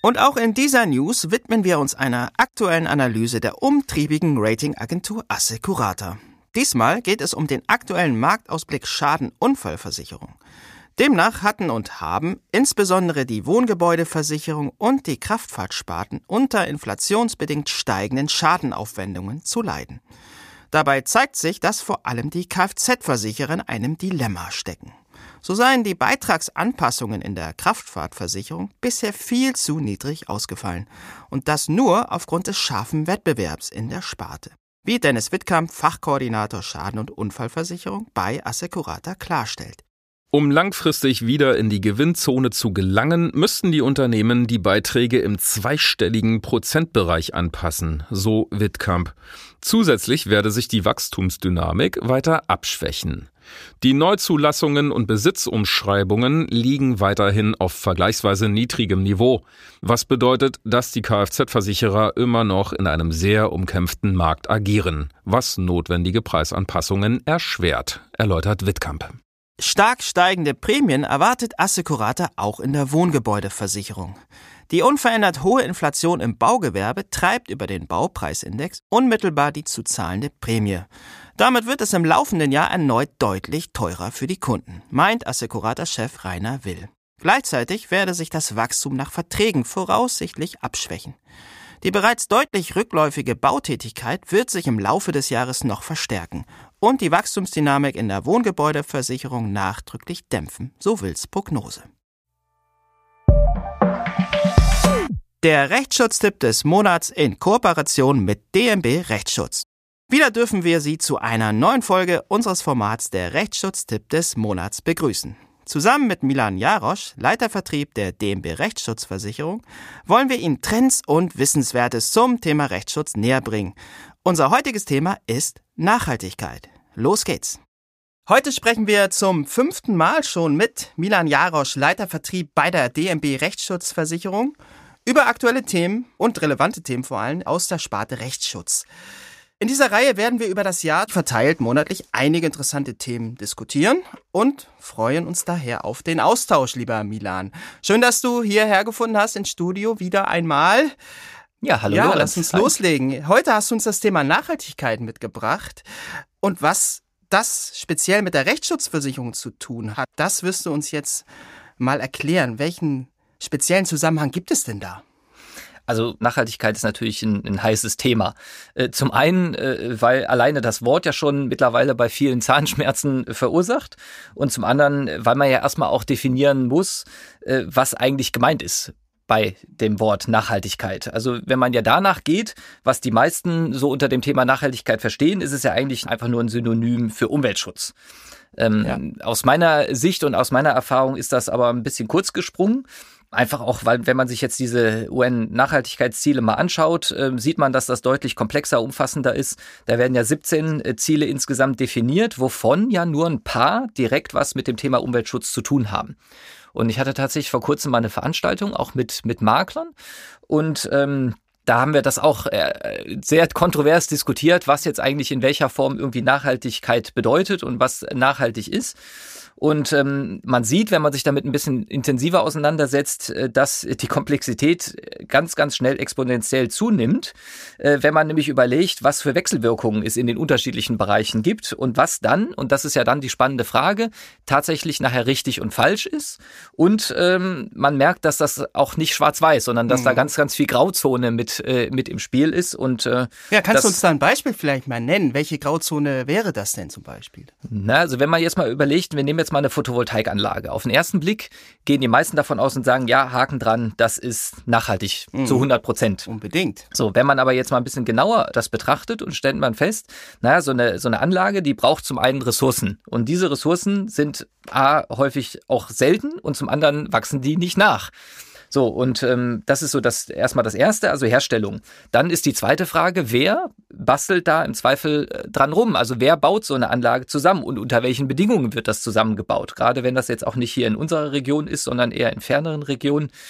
Und auch in dieser News widmen wir uns einer aktuellen Analyse der umtriebigen Ratingagentur Assecurata. Diesmal geht es um den aktuellen Marktausblick Schaden-Unfallversicherung. Demnach hatten und haben insbesondere die Wohngebäudeversicherung und die Kraftfahrtsparten unter inflationsbedingt steigenden Schadenaufwendungen zu leiden. Dabei zeigt sich, dass vor allem die Kfz-Versicherer in einem Dilemma stecken. So seien die Beitragsanpassungen in der Kraftfahrtversicherung bisher viel zu niedrig ausgefallen und das nur aufgrund des scharfen Wettbewerbs in der Sparte. Wie Dennis Wittkamp, Fachkoordinator Schaden- und Unfallversicherung bei Assecurata, klarstellt. Um langfristig wieder in die Gewinnzone zu gelangen, müssten die Unternehmen die Beiträge im zweistelligen Prozentbereich anpassen, so Wittkamp. Zusätzlich werde sich die Wachstumsdynamik weiter abschwächen. Die Neuzulassungen und Besitzumschreibungen liegen weiterhin auf vergleichsweise niedrigem Niveau, was bedeutet, dass die Kfz-Versicherer immer noch in einem sehr umkämpften Markt agieren, was notwendige Preisanpassungen erschwert, erläutert Wittkamp. Stark steigende Prämien erwartet Assecurata auch in der Wohngebäudeversicherung. Die unverändert hohe Inflation im Baugewerbe treibt über den Baupreisindex unmittelbar die zu zahlende Prämie. Damit wird es im laufenden Jahr erneut deutlich teurer für die Kunden, meint Assecurata-Chef Rainer Will. Gleichzeitig werde sich das Wachstum nach Verträgen voraussichtlich abschwächen. Die bereits deutlich rückläufige Bautätigkeit wird sich im Laufe des Jahres noch verstärken und die Wachstumsdynamik in der Wohngebäudeversicherung nachdrücklich dämpfen, so Wills Prognose. Der Rechtsschutztipp des Monats in Kooperation mit D M B Rechtsschutz. Wieder dürfen wir Sie zu einer neuen Folge unseres Formats der Rechtsschutztipp des Monats begrüßen. Zusammen mit Milan Jarosch, Leitervertrieb der D M B Rechtsschutzversicherung, wollen wir Ihnen Trends und Wissenswertes zum Thema Rechtsschutz näher bringen. Unser heutiges Thema ist Nachhaltigkeit. Los geht's! Heute sprechen wir zum fünften Mal schon mit Milan Jarosch, Leitervertrieb bei der D M B Rechtsschutzversicherung, über aktuelle Themen und relevante Themen vor allem aus der Sparte Rechtsschutz. In dieser Reihe werden wir über das Jahr verteilt monatlich einige interessante Themen diskutieren und freuen uns daher auf den Austausch, lieber Milan. Schön, dass du hierher gefunden hast ins Studio wieder einmal. Ja, hallo. Ja, Lorenz. lass uns loslegen. Heute hast du uns das Thema Nachhaltigkeit mitgebracht und was das speziell mit der Rechtsschutzversicherung zu tun hat, das wirst du uns jetzt mal erklären. Welchen speziellen Zusammenhang gibt es denn da? Also Nachhaltigkeit ist natürlich ein, ein heißes Thema. Äh, zum einen, äh, weil alleine das Wort ja schon mittlerweile bei vielen Zahnschmerzen verursacht und zum anderen, weil man ja erstmal auch definieren muss, äh, was eigentlich gemeint ist bei dem Wort Nachhaltigkeit. Also wenn man ja danach geht, was die meisten so unter dem Thema Nachhaltigkeit verstehen, ist es ja eigentlich einfach nur ein Synonym für Umweltschutz. Ähm, ja. Aus meiner Sicht und aus meiner Erfahrung ist das aber ein bisschen kurz gesprungen. Einfach auch, weil wenn man sich jetzt diese U N-Nachhaltigkeitsziele mal anschaut, äh, sieht man, dass das deutlich komplexer, umfassender ist. Da werden ja siebzehn äh, Ziele insgesamt definiert, wovon ja nur ein paar direkt was mit dem Thema Umweltschutz zu tun haben. Und ich hatte tatsächlich vor kurzem mal eine Veranstaltung, auch mit, mit Maklern. Und ähm, da haben wir das auch äh, sehr kontrovers diskutiert, was jetzt eigentlich in welcher Form irgendwie Nachhaltigkeit bedeutet und was nachhaltig ist. Und ähm, man sieht, wenn man sich damit ein bisschen intensiver auseinandersetzt, äh, dass die Komplexität ganz, ganz schnell exponentiell zunimmt, äh, wenn man nämlich überlegt, was für Wechselwirkungen es in den unterschiedlichen Bereichen gibt und was dann, und das ist ja dann die spannende Frage, tatsächlich nachher richtig und falsch ist. Und ähm, man merkt, dass das auch nicht schwarz-weiß, sondern dass mhm. da ganz, ganz viel Grauzone mit, äh, mit im Spiel ist. Und äh, ja, kannst du uns da ein Beispiel vielleicht mal nennen? Welche Grauzone wäre das denn zum Beispiel? Na, also wenn man jetzt mal überlegt, wir nehmen jetzt mal eine Photovoltaikanlage. Auf den ersten Blick gehen die meisten davon aus und sagen, ja, Haken dran, das ist nachhaltig, mhm. zu hundert Prozent. Unbedingt. So, wenn man aber jetzt mal ein bisschen genauer das betrachtet und stellt man fest, naja, so eine, so eine Anlage, die braucht zum einen Ressourcen. Und diese Ressourcen sind A, häufig auch selten und zum anderen wachsen die nicht nach. So, und ähm, das ist so das erstmal das Erste, also Herstellung. Dann ist die zweite Frage, wer bastelt da im Zweifel äh, dran rum? Also wer baut so eine Anlage zusammen und unter welchen Bedingungen wird das zusammengebaut? Gerade wenn das jetzt auch nicht hier in unserer Region ist, sondern eher in ferneren Regionen.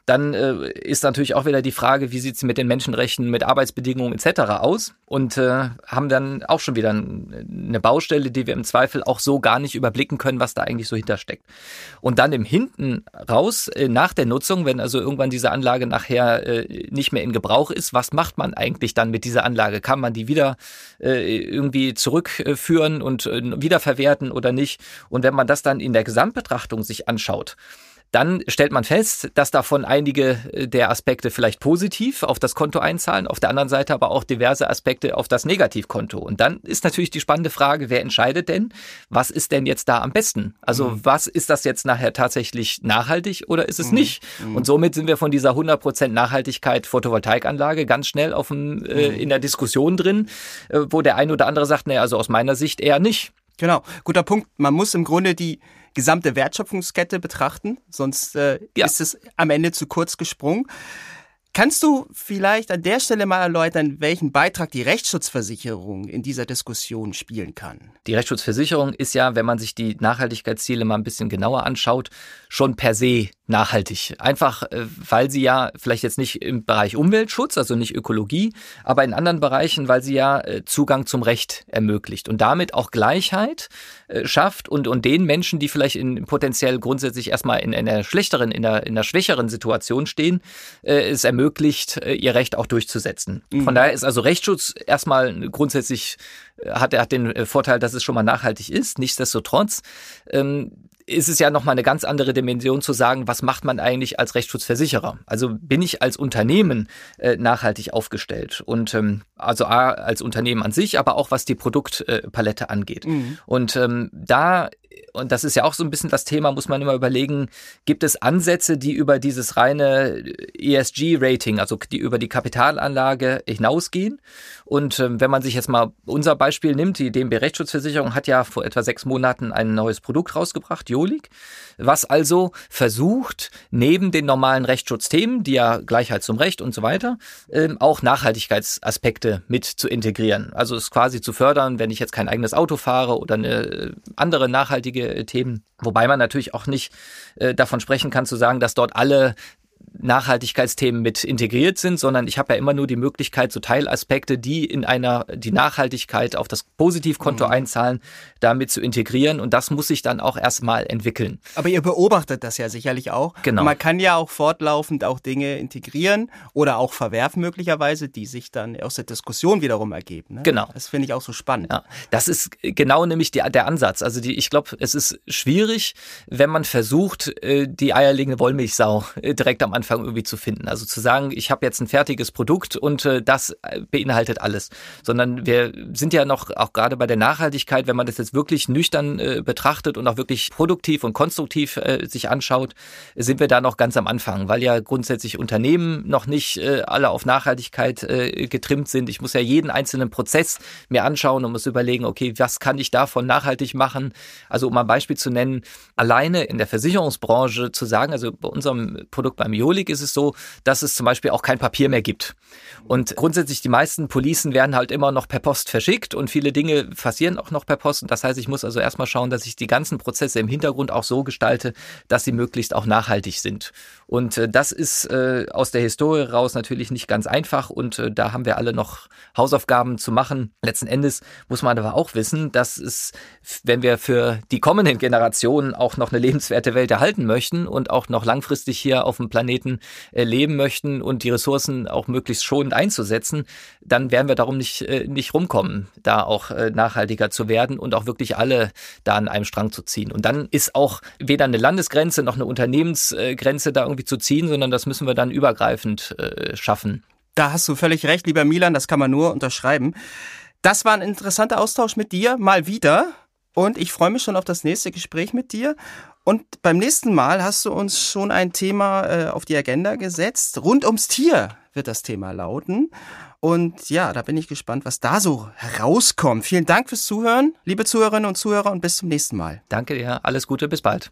Dann äh, ist natürlich auch wieder die Frage, wie sieht es mit den Menschenrechten, mit Arbeitsbedingungen et cetera aus? Und äh, haben dann auch schon wieder eine Baustelle, die wir im Zweifel auch so gar nicht überblicken können, was da eigentlich so hintersteckt. Und dann im Hinten raus, äh, nach der Nutzung, wenn also irgendwann diese Anlage nachher äh, nicht mehr in Gebrauch ist, was macht man eigentlich dann mit dieser Anlage? Kann man die wieder äh, irgendwie zurückführen und äh, wiederverwerten oder nicht? Und wenn man das dann in der Gesamtbetrachtung sich anschaut, dann stellt man fest, dass davon einige der Aspekte vielleicht positiv auf das Konto einzahlen, auf der anderen Seite aber auch diverse Aspekte auf das Negativkonto. Und dann ist natürlich die spannende Frage, wer entscheidet denn, was ist denn jetzt da am besten? Also mhm. was ist das jetzt nachher tatsächlich nachhaltig oder ist es mhm. nicht? Mhm. Und somit sind wir von dieser hundert Prozent Nachhaltigkeit Photovoltaikanlage ganz schnell auf dem, äh, in der Diskussion drin, äh, wo der eine oder andere sagt, naja, also aus meiner Sicht eher nicht. Genau, guter Punkt. Man muss im Grunde die gesamte Wertschöpfungskette betrachten, sonst äh, ja. ist es am Ende zu kurz gesprungen. Kannst du vielleicht an der Stelle mal erläutern, welchen Beitrag die Rechtsschutzversicherung in dieser Diskussion spielen kann? Die Rechtsschutzversicherung ist ja, wenn man sich die Nachhaltigkeitsziele mal ein bisschen genauer anschaut, schon per se nachhaltig. Einfach, weil sie ja vielleicht jetzt nicht im Bereich Umweltschutz, also nicht Ökologie, aber in anderen Bereichen, weil sie ja Zugang zum Recht ermöglicht und damit auch Gleichheit schafft und, und den Menschen, die vielleicht in potenziell grundsätzlich erstmal in einer schlechteren, in einer, in einer schwächeren Situation stehen, es ermöglicht, ihr Recht auch durchzusetzen. Mhm. Von daher ist also Rechtsschutz erstmal grundsätzlich, hat er hat den Vorteil, dass es schon mal nachhaltig ist. Nichtsdestotrotz ähm, ist es ja nochmal eine ganz andere Dimension zu sagen, was macht man eigentlich als Rechtsschutzversicherer? Also bin ich als Unternehmen äh, nachhaltig aufgestellt und ähm, also A, als Unternehmen an sich, aber auch was die Produktpalette angeht. Mhm. Und ähm, da und das ist ja auch so ein bisschen das Thema, muss man immer überlegen, gibt es Ansätze, die über dieses reine E S G-Rating, also die über die Kapitalanlage hinausgehen? Und ähm, wenn man sich jetzt mal unser Beispiel nimmt, die D M B Rechtsschutzversicherung hat ja vor etwa sechs Monaten ein neues Produkt rausgebracht, Jolik, was also versucht, neben den normalen Rechtsschutzthemen, die ja Gleichheit zum Recht und so weiter, ähm, auch Nachhaltigkeitsaspekte mit zu integrieren. Also es quasi zu fördern, wenn ich jetzt kein eigenes Auto fahre oder eine andere nachhaltige Themen. Wobei man natürlich auch nicht äh, davon sprechen kann, zu sagen, dass dort alle Nachhaltigkeitsthemen mit integriert sind, sondern ich habe ja immer nur die Möglichkeit, so Teilaspekte, die in einer, die Nachhaltigkeit auf das Positivkonto mhm. einzahlen, damit zu integrieren und das muss sich dann auch erstmal entwickeln. Aber ihr beobachtet das ja sicherlich auch. Genau. Und man kann ja auch fortlaufend auch Dinge integrieren oder auch verwerfen möglicherweise, die sich dann aus der Diskussion wiederum ergeben. Ne? Genau. Das finde ich auch so spannend. Ja, das ist genau nämlich die, der Ansatz. Also die, ich glaube, es ist schwierig, wenn man versucht, die eierlegende Wollmilchsau direkt am Anfang irgendwie zu finden. Also zu sagen, ich habe jetzt ein fertiges Produkt und äh, das beinhaltet alles. Sondern wir sind ja noch, auch gerade bei der Nachhaltigkeit, wenn man das jetzt wirklich nüchtern äh, betrachtet und auch wirklich produktiv und konstruktiv äh, sich anschaut, sind wir da noch ganz am Anfang, weil ja grundsätzlich Unternehmen noch nicht äh, alle auf Nachhaltigkeit äh, getrimmt sind. Ich muss ja jeden einzelnen Prozess mir anschauen und muss überlegen, okay, was kann ich davon nachhaltig machen? Also um ein Beispiel zu nennen, alleine in der Versicherungsbranche zu sagen, also bei unserem Produkt beim Jolik ist es so, dass es zum Beispiel auch kein Papier mehr gibt. Und grundsätzlich die meisten Policen werden halt immer noch per Post verschickt und viele Dinge passieren auch noch per Post. Und das heißt, ich muss also erstmal schauen, dass ich die ganzen Prozesse im Hintergrund auch so gestalte, dass sie möglichst auch nachhaltig sind. Und äh, das ist äh, aus der Historie raus natürlich nicht ganz einfach und äh, da haben wir alle noch Hausaufgaben zu machen. Letzten Endes muss man aber auch wissen, dass es, wenn wir für die kommenden Generationen auch noch eine lebenswerte Welt erhalten möchten und auch noch langfristig hier auf dem Planeten äh, leben möchten und die Ressourcen auch möglichst schonend einzusetzen, dann werden wir darum nicht, äh, nicht rumkommen, da auch äh, nachhaltiger zu werden und auch wirklich alle da an einem Strang zu ziehen. Und dann ist auch weder eine Landesgrenze noch eine Unternehmensgrenze da irgendwie zu ziehen, sondern das müssen wir dann übergreifend äh, schaffen. Da hast du völlig recht, lieber Milan, das kann man nur unterschreiben. Das war ein interessanter Austausch mit dir, mal wieder. Und ich freue mich schon auf das nächste Gespräch mit dir. Und beim nächsten Mal hast du uns schon ein Thema äh, auf die Agenda gesetzt. Rund ums Tier wird das Thema lauten. Und ja, da bin ich gespannt, was da so herauskommt. Vielen Dank fürs Zuhören, liebe Zuhörerinnen und Zuhörer, und bis zum nächsten Mal. Danke dir, alles Gute, bis bald.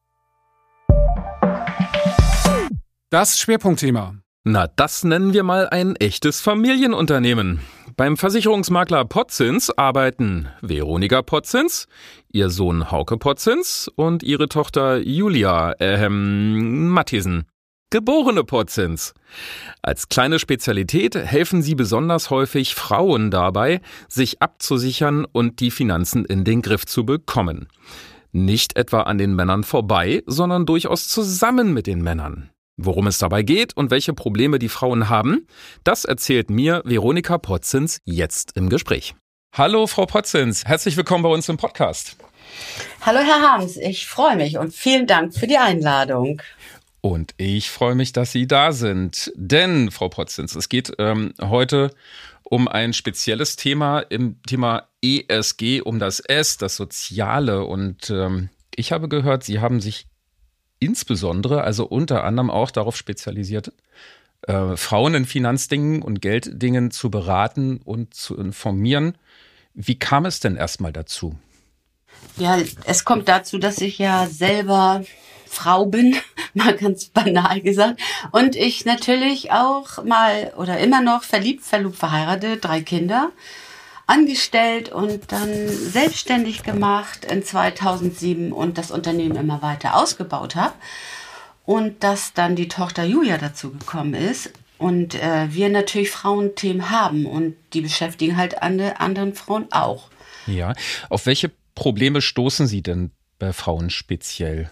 Das Schwerpunktthema. Na, das nennen wir mal ein echtes Familienunternehmen. Beim Versicherungsmakler Potzins arbeiten Veronika Potzins, ihr Sohn Hauke Potzins und ihre Tochter Julia, ähm, Mathiesen. Geborene Potzins. Als kleine Spezialität helfen sie besonders häufig Frauen dabei, sich abzusichern und die Finanzen in den Griff zu bekommen. Nicht etwa an den Männern vorbei, sondern durchaus zusammen mit den Männern. Worum es dabei geht und welche Probleme die Frauen haben, das erzählt mir Veronika Potzins jetzt im Gespräch. Hallo Frau Potzins, herzlich willkommen bei uns im Podcast. Hallo Herr Harms, ich freue mich und vielen Dank für die Einladung. Und ich freue mich, dass Sie da sind. Denn, Frau Potzins, es geht ähm, heute um ein spezielles Thema im Thema E S G, um das S, das Soziale. Und ähm, ich habe gehört, Sie haben sich insbesondere, also unter anderem auch darauf spezialisiert, äh, Frauen in Finanzdingen und Gelddingen zu beraten und zu informieren. Wie kam es denn erstmal dazu? Ja, es kommt dazu, dass ich ja selber Frau bin, mal ganz banal gesagt. Und ich natürlich auch mal oder immer noch verliebt, verlobt, verheiratet, drei Kinder, angestellt und dann selbstständig gemacht in zweitausendsieben und das Unternehmen immer weiter ausgebaut habe. Und dass dann die Tochter Julia dazu gekommen ist und äh, wir natürlich Frauenthemen haben und die beschäftigen halt andere, anderen Frauen auch. Ja, auf welche Probleme stoßen Sie denn bei Frauen speziell?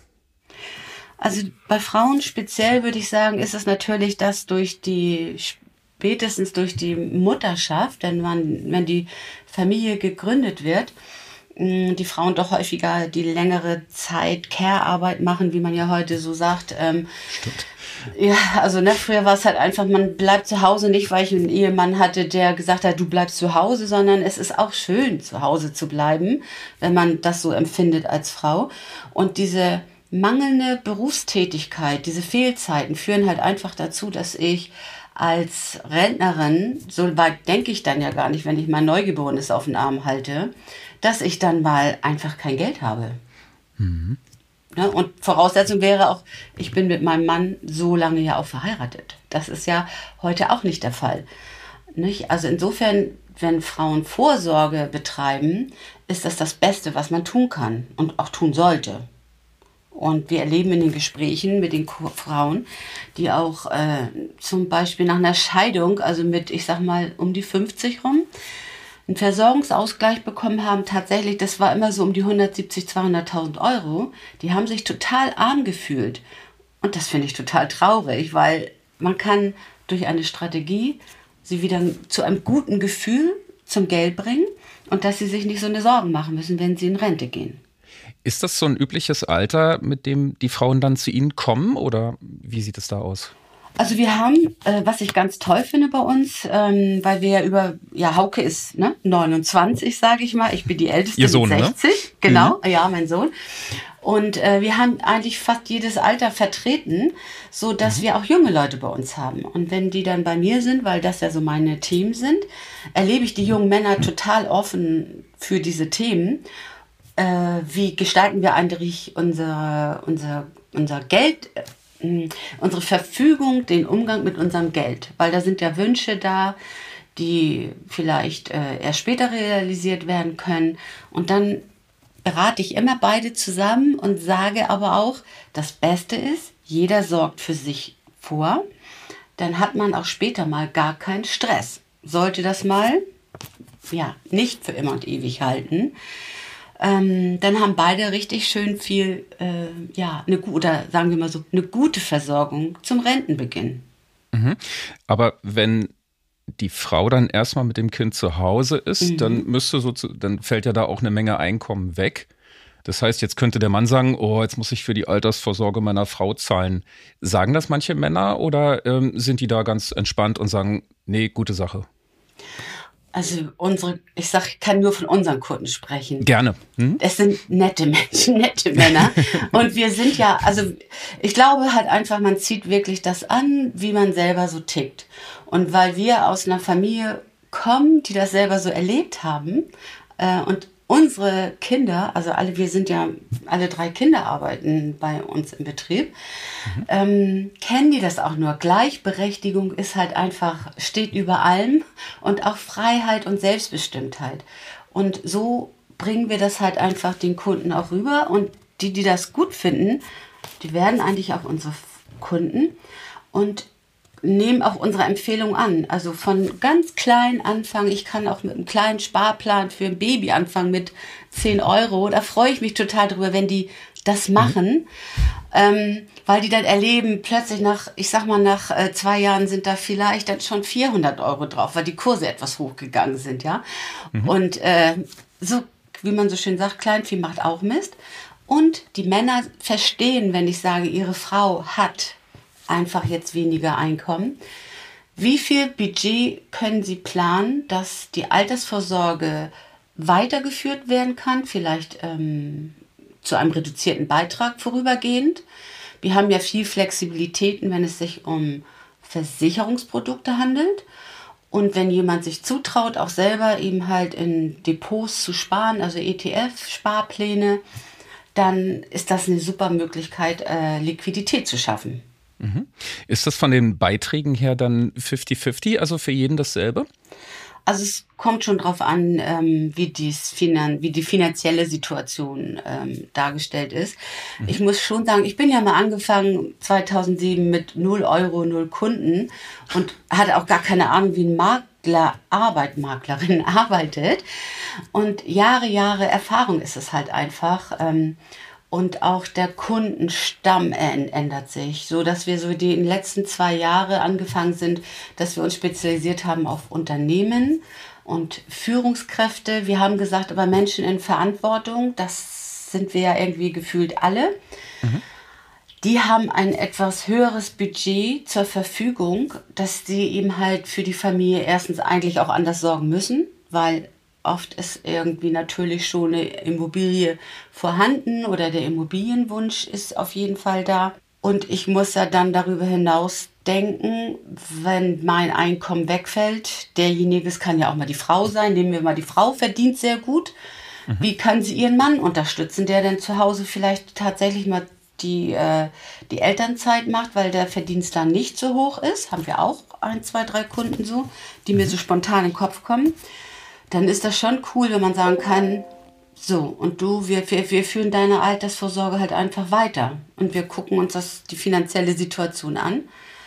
Also bei Frauen speziell würde ich sagen, ist es natürlich, dass durch die, spätestens durch die Mutterschaft, denn man, wenn die Familie gegründet wird, die Frauen doch häufiger die längere Zeit Care-Arbeit machen, wie man ja heute so sagt. Stimmt. Ja, also ne, früher war es halt einfach, man bleibt zu Hause, nicht weil ich einen Ehemann hatte, der gesagt hat, du bleibst zu Hause, sondern es ist auch schön, zu Hause zu bleiben, wenn man das so empfindet als Frau. Und diese mangelnde Berufstätigkeit, diese Fehlzeiten führen halt einfach dazu, dass ich als Rentnerin, so weit denke ich dann ja gar nicht, wenn ich mein Neugeborenes auf den Arm halte, dass ich dann mal einfach kein Geld habe. Mhm. Ja, und Voraussetzung wäre auch, ich bin mit meinem Mann so lange ja auch verheiratet. Das ist ja heute auch nicht der Fall. Nicht? Also insofern, wenn Frauen Vorsorge betreiben, ist das das Beste, was man tun kann und auch tun sollte. Und wir erleben in den Gesprächen mit den Frauen, die auch äh, zum Beispiel nach einer Scheidung, also mit, ich sag mal, um die fünfzig rum, einen Versorgungsausgleich bekommen haben. Tatsächlich, das war immer so um die hundertsiebzig, zweihunderttausend Euro. Die haben sich total arm gefühlt. Und das finde ich total traurig, weil man kann durch eine Strategie sie wieder zu einem guten Gefühl zum Geld bringen und dass sie sich nicht so eine Sorgen machen müssen, wenn sie in Rente gehen. Ist das so ein übliches Alter, mit dem die Frauen dann zu Ihnen kommen oder wie sieht es da aus? Also wir haben, äh, was ich ganz toll finde bei uns, ähm, weil wir ja über, ja Hauke ist ne, neunundzwanzig, sage ich mal, ich bin die Älteste Ihr Sohn, mit sechzig, ne? Genau, Mhm. ja, mein Sohn. Und äh, wir haben eigentlich fast jedes Alter vertreten, so dass mhm. wir auch junge Leute bei uns haben. Und wenn die dann bei mir sind, weil das ja so meine Themen sind, erlebe ich die jungen Männer total offen für diese Themen. Äh, wie gestalten wir eigentlich unser, unser, unser Geld, äh, unsere Verfügung, den Umgang mit unserem Geld? Weil da sind ja Wünsche da, die vielleicht äh, erst später realisiert werden können. Und dann berate ich immer beide zusammen und sage aber auch, das Beste ist, jeder sorgt für sich vor. Dann hat man auch später mal gar keinen Stress. Sollte das mal ja, nicht für immer und ewig halten, Ähm, dann haben beide richtig schön viel, äh, ja, eine gute, oder sagen wir mal so, eine gute Versorgung zum Rentenbeginn. Mhm. Aber wenn die Frau dann erstmal mit dem Kind zu Hause ist, mhm. dann müsste so, zu, dann fällt ja da auch eine Menge Einkommen weg. Das heißt, jetzt könnte der Mann sagen, oh, jetzt muss ich für die Altersvorsorge meiner Frau zahlen. Sagen das manche Männer oder ähm, sind die da ganz entspannt und sagen, nee, gute Sache? Also unsere, ich sag, ich kann nur von unseren Kunden sprechen. Gerne. Hm? Es sind nette Menschen, nette Männer. Und wir sind ja, also ich glaube halt einfach, man zieht wirklich das an, wie man selber so tickt. Und weil wir aus einer Familie kommen, die das selber so erlebt haben äh, und unsere Kinder, also alle, wir sind ja, alle drei Kinder arbeiten bei uns im Betrieb, mhm. ähm, kennen die das auch nur. Gleichberechtigung ist halt einfach, steht über allem und auch Freiheit und Selbstbestimmtheit. Und so bringen wir das halt einfach den Kunden auch rüber und die, die das gut finden, die werden eigentlich auch unsere Kunden und nehmen auch unsere Empfehlung an. Also von ganz klein anfangen. Ich kann auch mit einem kleinen Sparplan für ein Baby anfangen mit zehn Euro. Da freue ich mich total drüber, wenn die das machen, mhm. ähm, weil die dann erleben, plötzlich nach, ich sag mal, nach äh, zwei Jahren sind da vielleicht dann schon vierhundert Euro drauf, weil die Kurse etwas hochgegangen sind, ja. Mhm. Und äh, so, wie man so schön sagt, Kleinvieh macht auch Mist. Und die Männer verstehen, wenn ich sage, ihre Frau hat einfach jetzt weniger Einkommen. Wie viel Budget können sie planen, dass die Altersvorsorge weitergeführt werden kann, vielleicht ähm, zu einem reduzierten Beitrag vorübergehend. Wir haben ja viel Flexibilitäten, wenn es sich um Versicherungsprodukte handelt. Und wenn jemand sich zutraut, auch selber eben halt in Depots zu sparen, also E T F-Sparpläne, dann ist das eine super Möglichkeit, äh, Liquidität zu schaffen. Mhm. Ist das von den Beiträgen her dann fifty fifty, also für jeden dasselbe? Also es kommt schon drauf an, ähm, wie, dies Finan- wie die finanzielle Situation ähm, dargestellt ist. Mhm. Ich muss schon sagen, ich bin ja mal angefangen zweitausendsieben mit null Euro, null Kunden und hatte auch gar keine Ahnung, wie ein Makler arbeitet, Maklerin arbeitet. Und Jahre, Jahre Erfahrung ist es halt einfach. Ähm, Und auch der Kundenstamm ändert sich, so dass wir so die in den letzten zwei Jahren angefangen sind, dass wir uns spezialisiert haben auf Unternehmen und Führungskräfte. Wir haben gesagt, aber Menschen in Verantwortung, das sind wir ja irgendwie gefühlt alle. Mhm. Die haben ein etwas höheres Budget zur Verfügung, dass sie eben halt für die Familie erstens eigentlich auch anders sorgen müssen, weil oft ist irgendwie natürlich schon eine Immobilie vorhanden oder der Immobilienwunsch ist auf jeden Fall da. Und ich muss ja dann darüber hinaus denken, wenn mein Einkommen wegfällt, derjenige, es kann ja auch mal die Frau sein, nehmen wir mal die Frau, verdient sehr gut. Mhm. Wie kann sie ihren Mann unterstützen, der dann zu Hause vielleicht tatsächlich mal die, äh, die Elternzeit macht, weil der Verdienst dann nicht so hoch ist. Haben wir auch ein, zwei, drei Kunden so, die mhm. mir so spontan in den Kopf kommen. Dann ist das schon cool, wenn man sagen kann, so, und du, wir, wir, wir führen deine Altersvorsorge halt einfach weiter. Und wir gucken uns das, die finanzielle Situation an.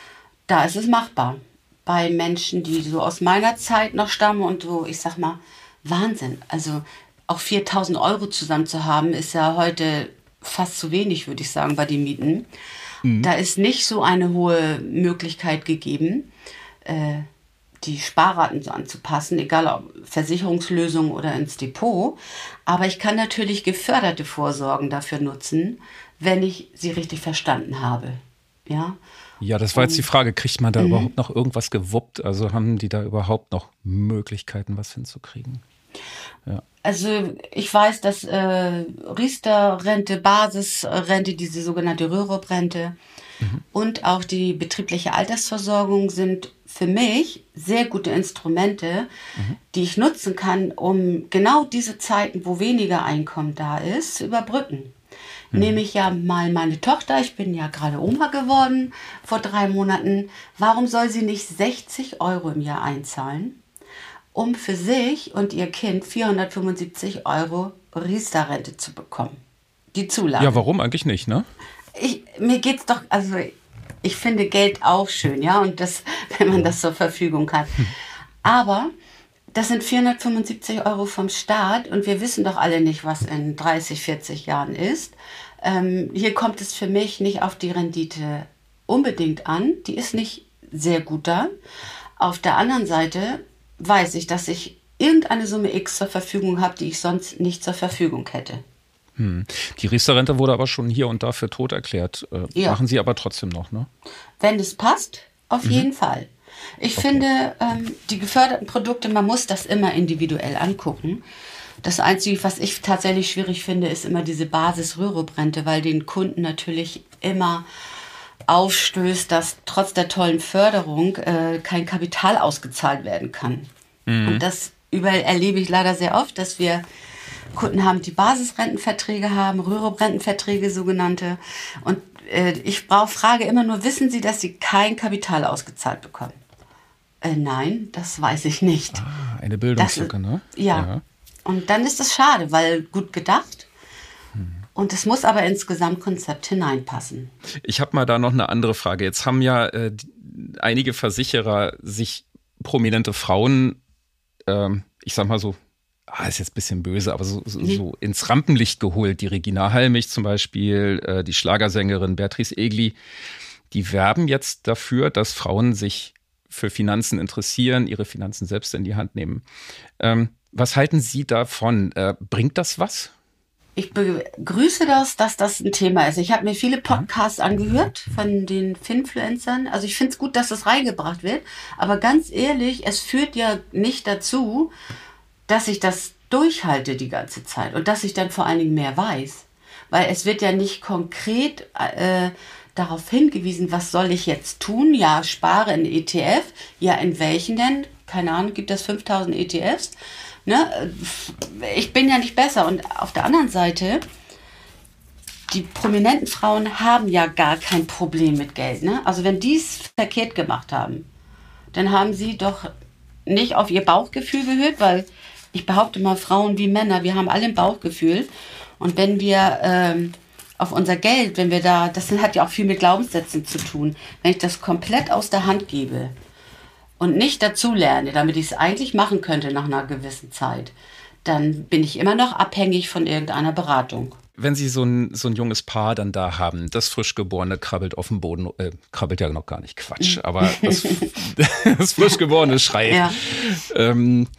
Da ist es machbar. Bei Menschen, die so aus meiner Zeit noch stammen und so, ich sag mal, Wahnsinn. Also auch viertausend Euro zusammen zu haben, ist ja heute fast zu wenig, würde ich sagen, bei den Mieten. Mhm. Da ist nicht so eine hohe Möglichkeit gegeben, äh, die Sparraten so anzupassen, egal ob Versicherungslösungen oder ins Depot. Aber ich kann natürlich geförderte Vorsorgen dafür nutzen, wenn ich sie richtig verstanden habe. Ja, ja, das war jetzt die Frage, kriegt man da mhm. überhaupt noch irgendwas gewuppt? Also haben die da überhaupt noch Möglichkeiten, was hinzukriegen? Ja. Also ich weiß, dass äh, Riester-Rente, Basisrente, diese sogenannte Rürup-Rente mhm. und auch die betriebliche Altersversorgung sind für mich sehr gute Instrumente, mhm. die ich nutzen kann, um genau diese Zeiten, wo weniger Einkommen da ist, zu überbrücken. Mhm. Nehme ich ja mal meine Tochter, ich bin ja gerade Oma geworden vor drei Monaten, warum soll sie nicht sechzig Euro im Jahr einzahlen, um für sich und ihr Kind vierhundertfünfundsiebzig Euro Riester-Rente zu bekommen? Die Zulage. Ja, warum eigentlich nicht, ne? Ich, mir geht's doch, also ich finde Geld auch schön, ja, und das, wenn man das zur Verfügung hat. Hm. Aber das sind vierhundertfünfundsiebzig Euro vom Staat und wir wissen doch alle nicht, was in dreißig, vierzig Jahren ist. Ähm, hier kommt es für mich nicht auf die Rendite unbedingt an. Die ist nicht sehr gut da. Auf der anderen Seite weiß ich, dass ich irgendeine Summe X zur Verfügung habe, die ich sonst nicht zur Verfügung hätte. Hm. Die Riester-Rente wurde aber schon hier und da für tot erklärt. Äh, ja. Machen Sie aber trotzdem noch, ne? Wenn es passt, auf mhm. jeden Fall. Ich okay. finde, ähm, die geförderten Produkte, man muss das immer individuell angucken. Das Einzige, was ich tatsächlich schwierig finde, ist immer diese Basis-Rürup-Rente, weil den Kunden natürlich immer aufstößt, dass trotz der tollen Förderung äh, kein Kapital ausgezahlt werden kann. Mhm. Und das überall erlebe ich leider sehr oft, dass wir Kunden haben, die Basisrentenverträge haben, Rürup-Rentenverträge sogenannte. Und äh, ich brauche, frage immer nur, wissen Sie, dass Sie kein Kapital ausgezahlt bekommen? Äh, nein, das weiß ich nicht. Ah, eine Bildungslücke, ne? Ja. ja. Und dann ist das schade, weil gut gedacht. Hm. Und es muss aber ins Gesamtkonzept hineinpassen. Ich habe mal da noch eine andere Frage. Jetzt haben ja äh, einige Versicherer sich prominente Frauen, ähm, ich sag mal so, ah, ist jetzt ein bisschen böse, aber so, so, so ins Rampenlicht geholt. Die Regina Halmich zum Beispiel, äh, die Schlagersängerin Beatrice Egli, die werben jetzt dafür, dass Frauen sich für Finanzen interessieren, ihre Finanzen selbst in die Hand nehmen. Ähm, was halten Sie davon? Äh, bringt das was? Ich begrüße das, dass das ein Thema ist. Ich habe mir viele Podcasts angehört von den Finfluencern. Also ich finde es gut, dass das reingebracht wird. Aber ganz ehrlich, es führt ja nicht dazu, dass ich das durchhalte die ganze Zeit und dass ich dann vor allen Dingen mehr weiß. Weil es wird ja nicht konkret äh, darauf hingewiesen, was soll ich jetzt tun? Ja, spare in E T F. Ja, in welchen denn? Keine Ahnung, gibt es fünftausend E T Fs? Ne? Ich bin ja nicht besser. Und auf der anderen Seite, die prominenten Frauen haben ja gar kein Problem mit Geld. Ne? Also wenn die es verkehrt gemacht haben, dann haben sie doch nicht auf ihr Bauchgefühl gehört, weil ich behaupte mal, Frauen wie Männer, wir haben alle ein Bauchgefühl. Und wenn wir ähm, auf unser Geld, wenn wir da, das hat ja auch viel mit Glaubenssätzen zu tun, wenn ich das komplett aus der Hand gebe und nicht dazu lerne, damit ich es eigentlich machen könnte nach einer gewissen Zeit, dann bin ich immer noch abhängig von irgendeiner Beratung. Wenn Sie so ein, so ein junges Paar dann da haben, das Frischgeborene krabbelt auf dem Boden, äh, krabbelt ja noch gar nicht, Quatsch, aber das, das Frischgeborene schreit. Ja. Ähm,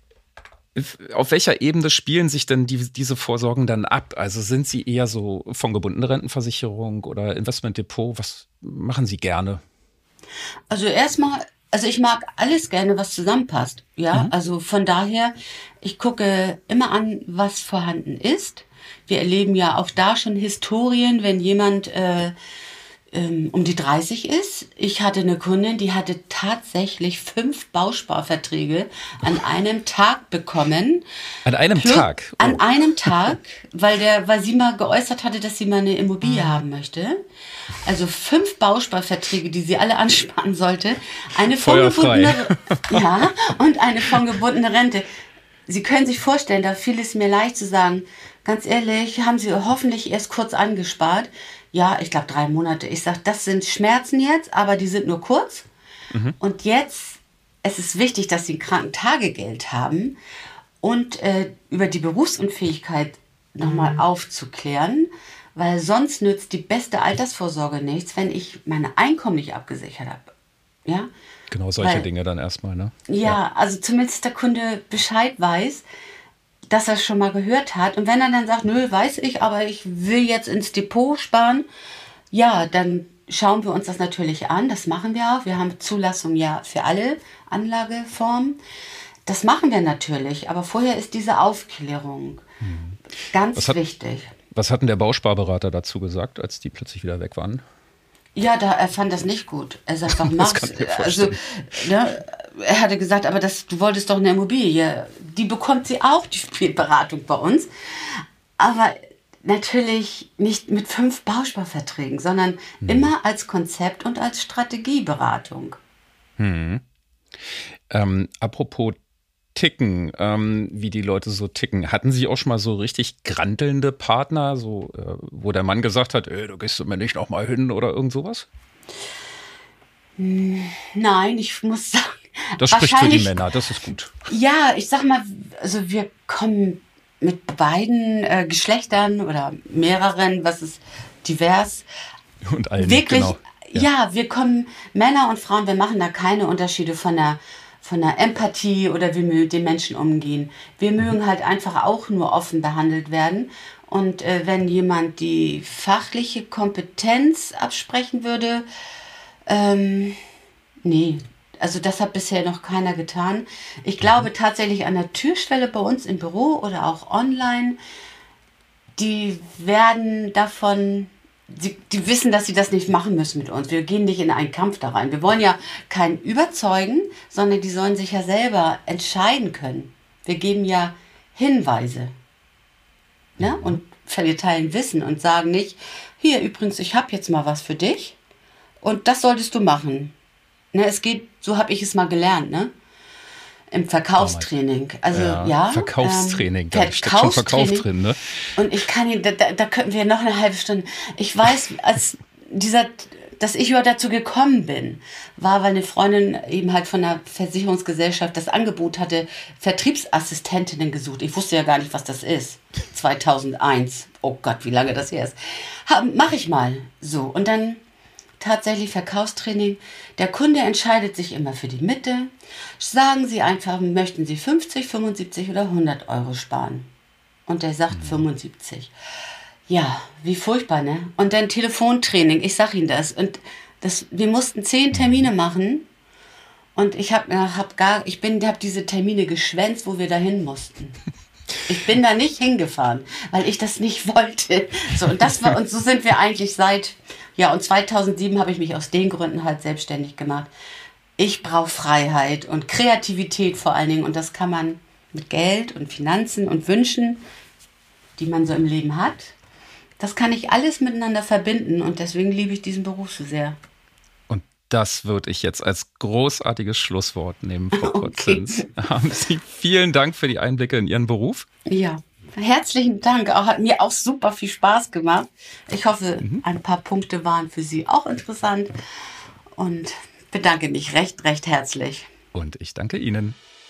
auf welcher Ebene spielen sich denn die, diese Vorsorgen dann ab? Also sind Sie eher so fondgebundene Rentenversicherung oder Investmentdepot? Was machen Sie gerne? Also erstmal, also ich mag alles gerne, was zusammenpasst. Ja, mhm. Also von daher, ich gucke immer an, was vorhanden ist. Wir erleben ja auch da schon Historien, wenn jemand äh, ähm, um die dreißig ist. Ich hatte eine Kundin, die hatte tatsächlich fünf Bausparverträge an einem Tag bekommen. An einem Plus, Tag? Oh. An einem Tag, weil, der, weil sie mal geäußert hatte, dass sie mal eine Immobilie mhm. haben möchte. Also fünf Bausparverträge, die sie alle ansparen sollte. Eine fondgebundene, ja, und eine fondgebundene Rente. Sie können sich vorstellen, da fiel es mir leicht zu sagen, ganz ehrlich, haben Sie hoffentlich erst kurz angespart. Ja, ich glaube drei Monate. Ich sage, das sind Schmerzen jetzt, aber die sind nur kurz. Mhm. Und jetzt, es ist wichtig, dass Sie ein Krankentagegeld haben und äh, über die Berufsunfähigkeit nochmal mhm. aufzuklären, weil sonst nützt die beste Altersvorsorge nichts, wenn ich meine Einkommen nicht abgesichert habe. Ja? Genau, solche weil, Dinge dann erstmal, ne? Ja, ja, also zumindest der Kunde Bescheid weiß, dass er es schon mal gehört hat. Und wenn er dann sagt, nö, weiß ich, aber ich will jetzt ins Depot sparen, ja, dann schauen wir uns das natürlich an. Das machen wir auch. Wir haben Zulassung ja für alle Anlageformen. Das machen wir natürlich. Aber vorher ist diese Aufklärung hm. ganz was hat, wichtig. Was hat denn der Bausparberater dazu gesagt, als die plötzlich wieder weg waren? Ja, da, er fand das nicht gut. Er sagt, warum machst du? Also, ne, er hatte gesagt, aber das, du wolltest doch eine Immobilie. Die bekommt sie auch, die Beratung bei uns. Aber natürlich nicht mit fünf Bausparverträgen, sondern hm. immer als Konzept und als Strategieberatung. Hm. Ähm, apropos Ticken, ähm, wie die Leute so ticken. Hatten Sie auch schon mal so richtig grantelnde Partner, so, äh, wo der Mann gesagt hat, ey, du gehst mir nicht noch mal hin oder irgend sowas? Nein, ich muss sagen. Das spricht für die Männer, das ist gut. Ja, ich sag mal, also wir kommen mit beiden äh, Geschlechtern oder mehreren, was ist divers. Und allen, wirklich, genau. Ja. ja, wir kommen, Männer und Frauen, wir machen da keine Unterschiede von der von der Empathie oder wie wir mit den Menschen umgehen. Wir mögen halt einfach auch nur offen behandelt werden. Und äh, wenn jemand die fachliche Kompetenz absprechen würde, ähm, nee, also das hat bisher noch keiner getan. Ich glaube tatsächlich an der Türschwelle bei uns im Büro oder auch online, die werden davon... Sie, die wissen, dass sie das nicht machen müssen mit uns. Wir gehen nicht in einen Kampf da rein. Wir wollen ja keinen überzeugen, sondern die sollen sich ja selber entscheiden können. Wir geben ja Hinweise, ne? Und verteilen Wissen und sagen nicht, hier übrigens, ich habe jetzt mal was für dich und das solltest du machen. Ne, es geht, so habe ich es mal gelernt. Ne? im Verkaufstraining. Also ja, ja Verkaufstraining, ähm, da steckt schon Verkauf drin, ne? Und ich kann ihn, da, da könnten wir noch eine halbe Stunde. Ich weiß, als dieser, dass ich überhaupt dazu gekommen bin, war, weil eine Freundin eben halt von einer Versicherungsgesellschaft das Angebot hatte, Vertriebsassistentinnen gesucht. Ich wusste ja gar nicht, was das ist. zweitausendeins. Oh Gott, wie lange das her ist. Mache ich mal. So. Und dann tatsächlich Verkaufstraining. Der Kunde entscheidet sich immer für die Mitte. Sagen Sie einfach, möchten Sie fünfzig, fünfundsiebzig oder hundert Euro sparen? Und der sagt mhm. fünfundsiebzig. Ja, wie furchtbar, ne? Und dann Telefontraining, ich sag Ihnen das. Und das, wir mussten zehn Termine machen. Und ich hab, hab gar, ich bin, hab diese Termine geschwänzt, wo wir dahin mussten. Ich bin da nicht hingefahren, weil ich das nicht wollte. So, und das war, und so sind wir eigentlich seit, ja, und zweitausendsieben habe ich mich aus den Gründen halt selbstständig gemacht. Ich brauche Freiheit und Kreativität vor allen Dingen. Und das kann man mit Geld und Finanzen und Wünschen, die man so im Leben hat, das kann ich alles miteinander verbinden. Und deswegen liebe ich diesen Beruf so sehr. Und das würde ich jetzt als großartiges Schlusswort nehmen, Frau Okay. Kurtzins. Haben Sie vielen Dank für die Einblicke in Ihren Beruf. Ja, herzlichen Dank. Auch, hat mir auch super viel Spaß gemacht. Ich hoffe, mhm. ein paar Punkte waren für Sie auch interessant. Und bedanke mich recht, recht herzlich. Und ich danke Ihnen.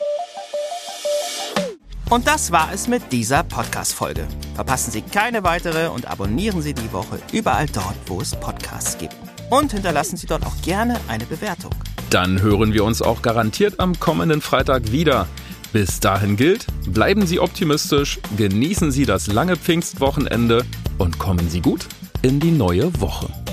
Und das war es mit dieser Podcast-Folge. Verpassen Sie keine weitere und abonnieren Sie die Woche überall dort, wo es Podcasts gibt. Und hinterlassen Sie dort auch gerne eine Bewertung. Dann hören wir uns auch garantiert am kommenden Freitag wieder. Bis dahin gilt, bleiben Sie optimistisch, genießen Sie das lange Pfingstwochenende und kommen Sie gut in die neue Woche.